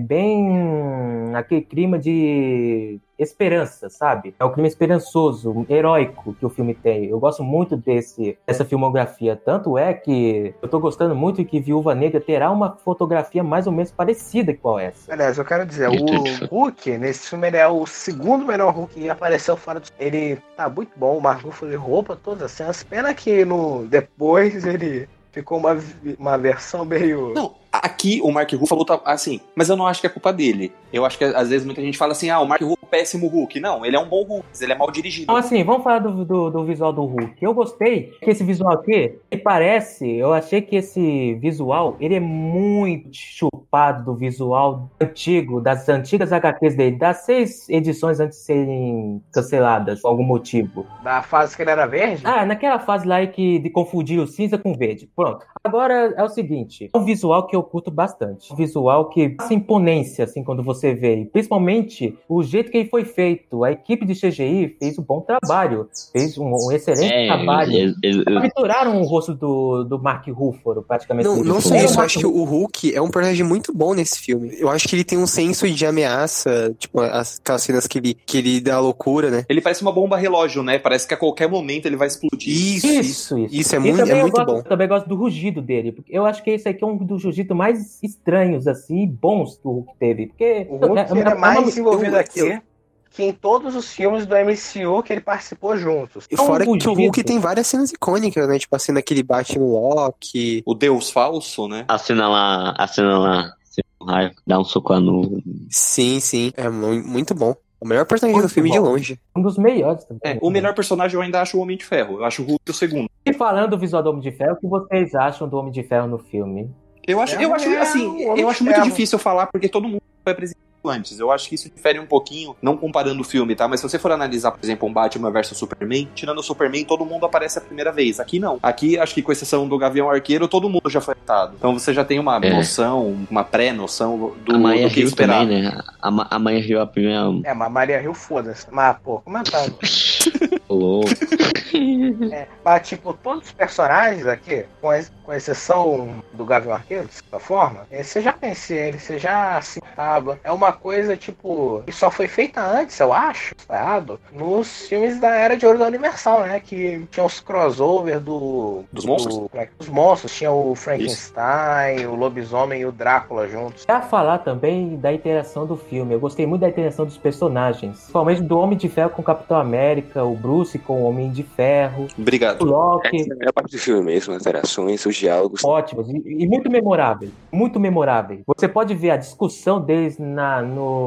bem aquele clima de esperança, sabe? É um clima esperançoso, heróico que o filme tem. Eu gosto muito desse, dessa filmografia. Tanto é que eu tô gostando muito de que Viúva Negra terá uma fotografia mais ou menos parecida com essa. Aliás, eu quero dizer, o Hulk, nesse filme, ele é o segundo melhor Hulk que apareceu fora do... Ele tá muito bom, o Mark Ruffalo de roupa, todas as cenas. Pena que no... depois ele ficou uma, uma versão meio... Não, aqui o Mark Ruffalo tá assim, mas eu não acho que é culpa dele. Eu acho que às vezes muita gente fala assim, ah, o Mark Ruffalo é um péssimo Hulk. Não, ele é um bom Hulk, mas ele é mal dirigido. Então, assim, vamos falar do, do, do visual do Hulk. Eu gostei que esse visual aqui, ele parece, eu achei que esse visual, ele é muito chupado do visual antigo, das antigas H Qs dele, das seis edições antes de serem canceladas, por algum motivo. Da fase que ele era verde? Ah, naquela fase lá que de confundir o cinza com o verde. Pronto. Agora é o seguinte, é um visual que eu curto bastante. Um visual que passa imponência, assim, quando você vê. E principalmente o jeito que ele foi feito. A equipe de C G I fez um bom trabalho. Fez um, um excelente É, trabalho. eles- eles- Capturaram o rosto do, do Mark Ruffalo, praticamente. Não, não só Era o isso, eu Mark acho que o Hulk é um personagem muito bom nesse filme. Eu acho que ele tem um senso de ameaça, tipo, as- aquelas cenas que ele, que ele dá loucura, né? Ele parece uma bomba relógio, né? Parece que a qualquer momento ele vai explodir. Isso, Isso, isso. isso. Isso é E muito, também é eu muito gosto- bom. Eu também gosto do rugido dele. Porque eu acho que esse aqui é um dos rugidos mais estranhos, assim, e bons que o Hulk teve. Porque O Hulk ele é, uma- mais uma- desenvolvido eu- aqui eu- que em todos os filmes do M C U que ele participou juntos. E É um fora que o rugido. Hulk tem várias cenas icônicas, né? Tipo a cena que ele bate no Loki. O Deus falso, né? A cena lá, a cena lá, um raio, dá um soco lá no. Sim, sim. É mu- muito bom. O melhor personagem Muito do filme bom. de longe. um dos melhores também. É, o melhor personagem eu ainda acho o Homem de Ferro. Eu acho o Hulk o segundo. E falando do visual do Homem de Ferro, o que vocês acham do Homem de Ferro no filme? Eu acho, eu acho, É, assim, é o Homem eu de acho muito Ferro. difícil falar porque todo mundo foi apresentado antes. Eu acho que isso difere um pouquinho, não comparando o filme, tá? Mas se você for analisar, por exemplo, um Batman versus Superman, tirando o Superman, todo mundo aparece a primeira vez. Aqui não. Aqui, acho que com exceção do Gavião Arqueiro, todo mundo já foi tratado. Então você já tem uma é. noção, uma pré-noção do, a Maria do que Hill esperar. Também, né? A, Ma- a Maria Hill, a primeira... É, mas a Maria Hill, foda-se. Mas, pô, comentário. Louco. É, mas, tipo, todos os personagens aqui, com, ex- com exceção do Gavião Arqueiro, de certa forma, é, você já conhecia ele, você já citava. É uma coisa, tipo, que só foi feita antes, eu acho, errado, nos filmes da Era de Ouro da Universal, né? Que tinha os crossover do... Dos monstros? Do, dos monstros. Tinha o Frankenstein, Isso. o Lobisomem e o Drácula juntos. Pra falar também da interação do filme, eu gostei muito da interação dos personagens, principalmente do Homem de Ferro com o Capitão América, o Bruce com o Homem de Ferro, Obrigado. o Loki. Essa é a melhor parte do filme mesmo, as interações, os diálogos. Ótimos e, e muito memoráveis, muito memoráveis. Você pode ver a discussão deles na,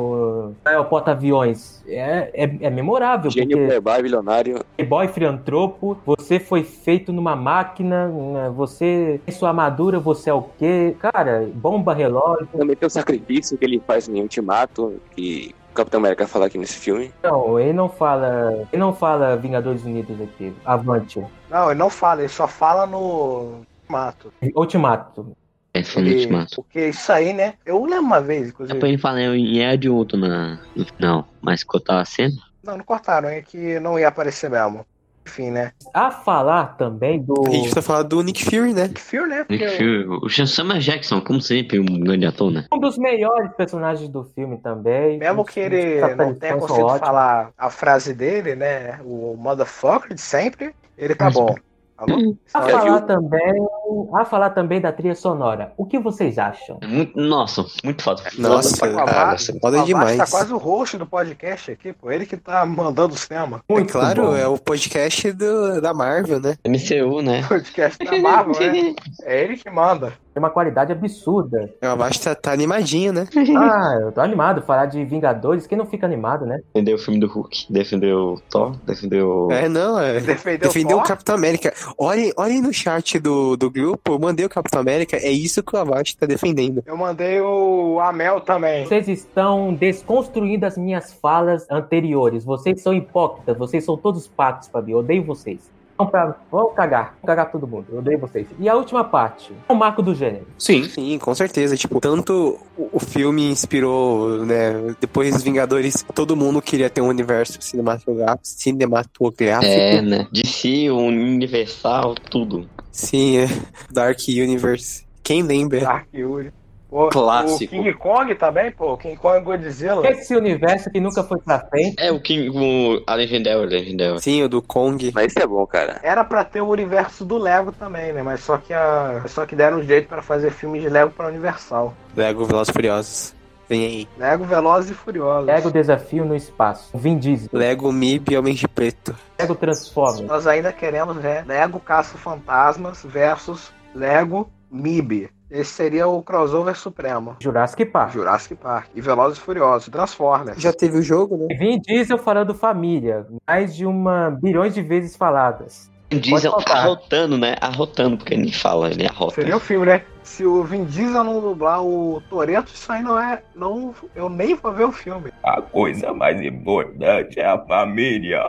no na porta-aviões, é, é, é memorável. Gênio, porque playboy, bilionário. Playboy, filantropo, você foi feito numa máquina, você tem sua armadura, você é o quê? Cara, bomba, relógio. Também tem o sacrifício que ele faz em Ultimato, que o Capitão América fala aqui nesse filme. Não, ele não fala. Ele não fala Vingadores Unidos aqui. Avante. Não, ele não fala, ele só fala no Ultimato. Ultimato. É, foi no Ultimato. Porque isso aí, né? Eu lembro uma vez, É inclusive. pra ele falar em Era de Outro na, no final, mas cortar a cena. Não, não cortaram, é que não ia aparecer mesmo. Enfim, né? A falar também do. A gente tá falando do Nick Fury, né? Fury, né? Nick Porque Fury, o Samuel Jackson, como sempre, um grande ator, né? Um dos melhores personagens do filme também. mesmo Os- que ele os não tenha são conseguido ótimos. falar a frase dele, né? O motherfucker de sempre, ele tá bom. Alô? A É, falar viu? também, a falar também da trilha sonora. O que vocês acham? Muito, nossa, muito foda. Nossa, O Avast- cara, o foda Avast demais. tá quase o host do podcast aqui, pô. Ele que tá mandando os temas. É Muito claro, bom. é o podcast do, da Marvel, né? M C U, né? O podcast da Marvel, né? É ele que manda. Tem uma qualidade absurda. O Avast tá, tá animadinho, né? Ah, eu tô animado. Falar de Vingadores, quem não fica animado, né? Defendeu o filme do Hulk, defendeu o Thor, defendeu... É, não, é. Defendeu, Defendeu o Thor. Capitão América. Olhem, olhem no chat do, do grupo, eu mandei o Capitão América, é isso que o Avast tá defendendo. Eu mandei o Amel também. Vocês estão desconstruindo as minhas falas anteriores. Vocês são hipócritas. Vocês são todos pactos pra mim. Eu odeio vocês. Vamos, pra... Vamos cagar. Vamos cagar todo mundo. Eu odeio vocês. E a última parte. O marco do gênero. Sim. Sim, com certeza. Tipo, tanto o, o filme inspirou, né? Depois dos Vingadores, todo mundo queria ter um universo cinematográfico. cinematográfico. É, né? D C, Universal, tudo. Sim, é. Dark Universe. Quem lembra? Dark Yuri. Pô, Clássico. O King Kong também, pô. King Kong Godzilla. Esse universo que nunca foi pra frente. É o King, o, a Legendary, a Legendary. Sim, o do Kong. Mas isso é bom, cara. Era pra ter o universo do Lego também, né? Mas só que, a... só que deram um jeito pra fazer filmes de Lego pra Universal. Lego Velozes e Furiosos. Vem aí. Lego Velozes e Furiosos. Lego Desafio no Espaço. Vin Diesel. Lego M I B e Homem de Preto. Lego Transformers. Nós ainda queremos ver Lego Caça-Fantasmas versus Lego M I B. Esse seria o crossover supremo. Jurassic Park. Jurassic Park. E Velozes e Furiosos. Transformers. Já teve o jogo, né? Vin Diesel falando família. Mais de uma bilhões de vezes faladas. O Diesel Pode faltar. arrotando, né? Arrotando, porque ele fala, ele arrota. Seria o filme, né? Se o Vin Diesel não dublar o Toretto, isso aí não é... Não, eu nem vou ver o filme. A coisa mais importante é a família.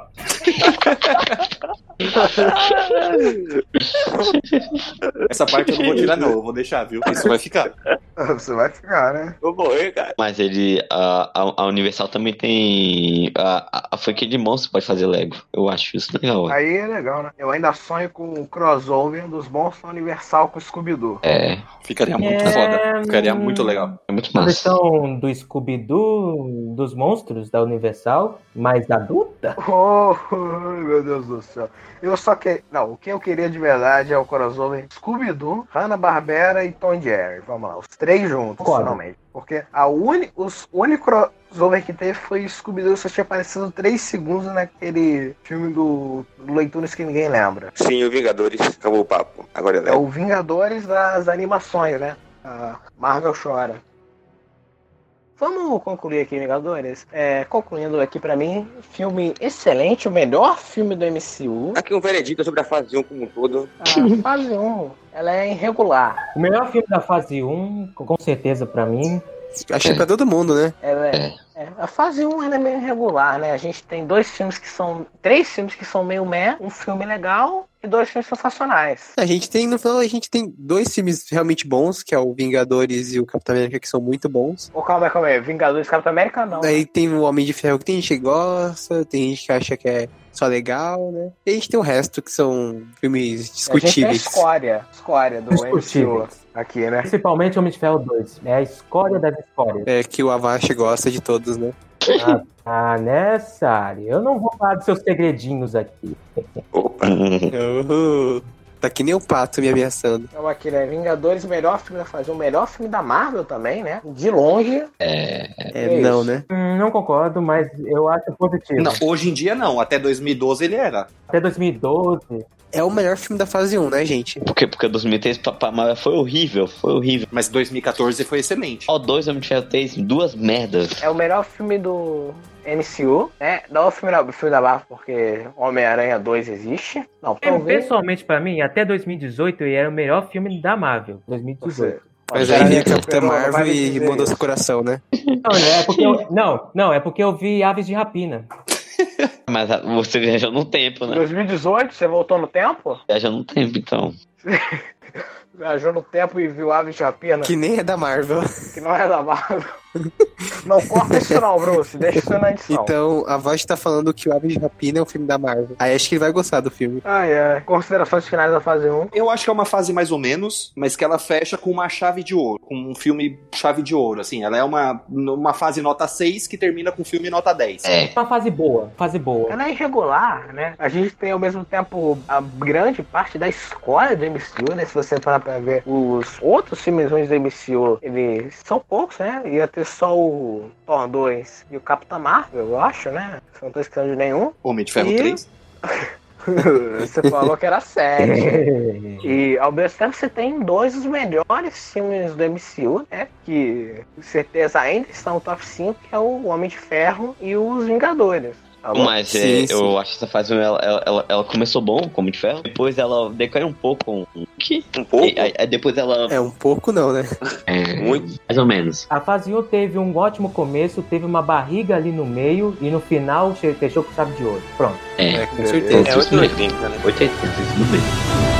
Essa parte eu não vou tirar, não. Eu vou deixar, viu? Isso vai ficar. Você vai ficar, né? Vou morrer, cara. Mas ele, a, a, a Universal também tem a, a, a franquia de monstros pode fazer Lego. Eu acho isso legal. Aí é legal, né? Eu ainda sonho com o crossover dos monstros Universal com o Scooby-Doo. É, Ficaria muito É, foda. Ficaria muito legal. é muito A massa. versão do Scooby-Doo dos monstros da Universal, mais adulta? Oh, meu Deus do céu. Eu só que... Não, o que eu queria de verdade é o crossover Scooby-Doo, Hanna-Barbera e Tom e Jerry. Vamos lá, os três juntos, Concordo. finalmente. Porque a uni... os... o único crossover que teve foi Scooby-Doo, só tinha aparecido três segundos naquele filme do Looney Tunes que ninguém lembra. Sim, o Vingadores. Acabou o papo. Agora é É Lego. o Vingadores das animações, né? A Marvel chora. Vamos concluir aqui, Vingadores. É, concluindo aqui pra mim, filme excelente, o melhor filme do M C U. Aqui um veredito sobre a fase um como um todo. A fase um, ela é irregular. O melhor filme da fase um, com certeza pra mim, Acho que é pra todo mundo, né? Ela é, é, a fase um ela é meio irregular, né? A gente tem dois filmes que são... Três filmes que são meio meh, um filme legal e dois filmes sensacionais. A gente tem, no final, a gente tem dois filmes realmente bons, que é o Vingadores e o Capitão América, que são muito bons. Ô, calma aí, calma aí. Vingadores e Capitão América, não. Daí tem o Homem de Ferro, que tem gente que gosta, tem gente que acha que é só legal, né? E a gente tem o resto, que são filmes discutíveis. A gente tem a escória, escória do M C U Discutíveis. aqui, né? Principalmente Homem de Ferro dois. É a escória das escórias. É, que o Avast gosta de todos, né? Ah, ah, né, Sari? Eu não vou falar dos seus segredinhos aqui. Opa. Uhul. Tá que nem o pato me ameaçando. Então aqui, né? Vingadores, o melhor filme da fase. O melhor filme da Marvel também, né? De longe. É. É, É não, isso. né? Hum, não concordo, mas eu acho positivo. Não, hoje em dia não. Até dois mil e doze ele era. Até dois mil e doze. É o melhor filme da fase um, né, gente? Porque, porque dois mil e três pra, pra Marvel foi horrível, foi horrível. Mas dois mil e catorze foi excelente. Ó, dois Homem de Ferro três, duas merdas. É o melhor filme do M C U, né? Não é o filme da, filme da Marvel, porque Homem-Aranha dois existe. Não, talvez... Pessoalmente, pra mim, até dois mil e dezoito ele era o melhor filme da Marvel. dois mil e dezoito. Mas Você- aí veio a Você Capitã superou, não vai Marvel me e dizer mandou isso. seu coração, né? Não, é porque eu, não, não, é porque eu vi Aves de Rapina. Mas ah, você viajou no tempo, Em né? dois mil e dezoito, você voltou no tempo? Viajou no tempo, então. Viajou no tempo e viu Aves de Rapina, Que nem é da Marvel. que não é da Marvel. Não corta isso não, Bruce. Deixa isso na edição. Então, a voz tá falando que o Aves de Rapina é um filme da Marvel. Aí acho que ele vai gostar do filme. Ai, ai. Considerações finais da fase um. Eu acho que é uma fase mais ou menos, mas que ela fecha com uma chave de ouro, com um filme chave de ouro, assim. Ela é uma, uma fase nota seis que termina com um filme nota dez. É. Uma fase boa, fase boa. Ela é irregular, né? A gente tem ao mesmo tempo a grande parte da escola do M C U, né? Se você parar pra ver os outros filmes ruins do M C U, eles são poucos, né? Ia ter só o Thor dois e o Capitão Marvel, eu acho, né? Não tô esquecendo de nenhum. Homem de Ferro E- três. Você falou que era sete. E ao mesmo tempo você tem dois dos melhores filmes do M C U, né? Que com certeza ainda estão no top cinco, que é o Homem de Ferro e os Vingadores. Tá bom? Mas é, Sim, sim. eu acho que essa fase ela, ela, ela, ela começou bom, como de ferro. Depois ela decaiu um pouco. Um, que? Um pouco? E, aí, aí depois ela. É um pouco não, né? É, Muito. mais ou menos. A fase um teve um ótimo começo, teve uma barriga ali no meio e no final che- fechou com chave de ouro. Pronto. É. É, com certeza. É oito e oitenta, né? oitenta, isso mesmo.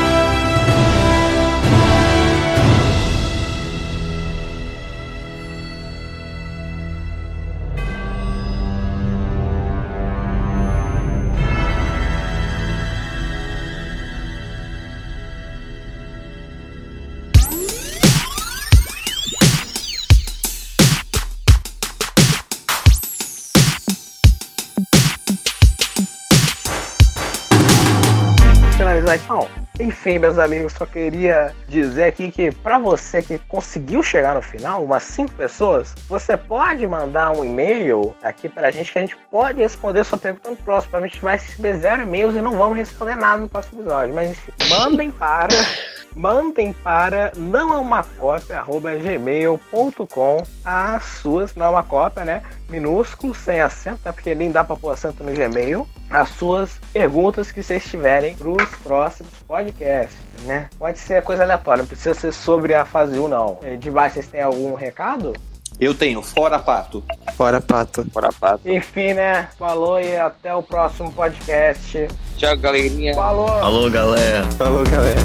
Finalizar então. Enfim, meus amigos, só queria dizer aqui que pra você que conseguiu chegar no final, umas cinco pessoas, você pode mandar um e-mail aqui pra gente que a gente pode responder sua pergunta no próximo. A gente vai receber zero e-mails e não vamos responder nada no próximo episódio. Mas enfim, mandem para... Mandem para não é uma cópia, arroba gmail ponto com as suas, não é uma cópia, né? Minúsculo, sem acento, né? Porque nem dá pra pôr acento no Gmail. As suas perguntas que vocês tiverem pros próximos podcasts, né? Pode ser coisa aleatória, não precisa ser sobre a fase um, não. De baixo, vocês têm algum recado? Eu tenho, fora pato. Fora pato. Fora pato. Enfim, né? Falou e até o próximo podcast. Tchau, galerinha. Falou! Alô, galera. Falou, galera.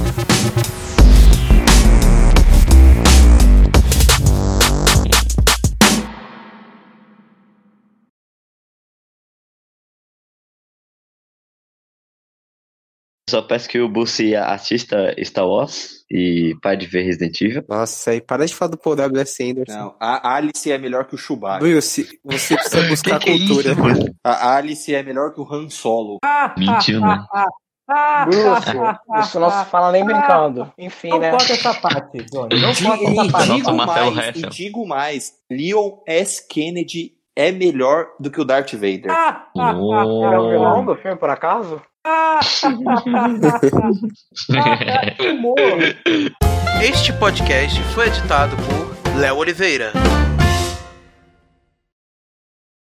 Só peço que o Bussi assista Star Wars e pare de ver Resident Evil. Nossa, aí para de falar do Paul W S. Anderson. Não, a Alice é melhor que o Chewbacca. Bruce, você precisa buscar Que que é cultura. isso, mano? A Alice é melhor que o Han Solo. Mentiu, né? Bruce, isso não se fala nem brincando. Enfim, Não né? corta essa parte, Johnny. Não Di- corta e essa parte. digo Marcelo mais, Heffel. e digo mais, Leon S. Kennedy é melhor do que o Darth Vader. É o vilão do filme, por acaso? Humor. Este podcast foi editado por Léo Oliveira.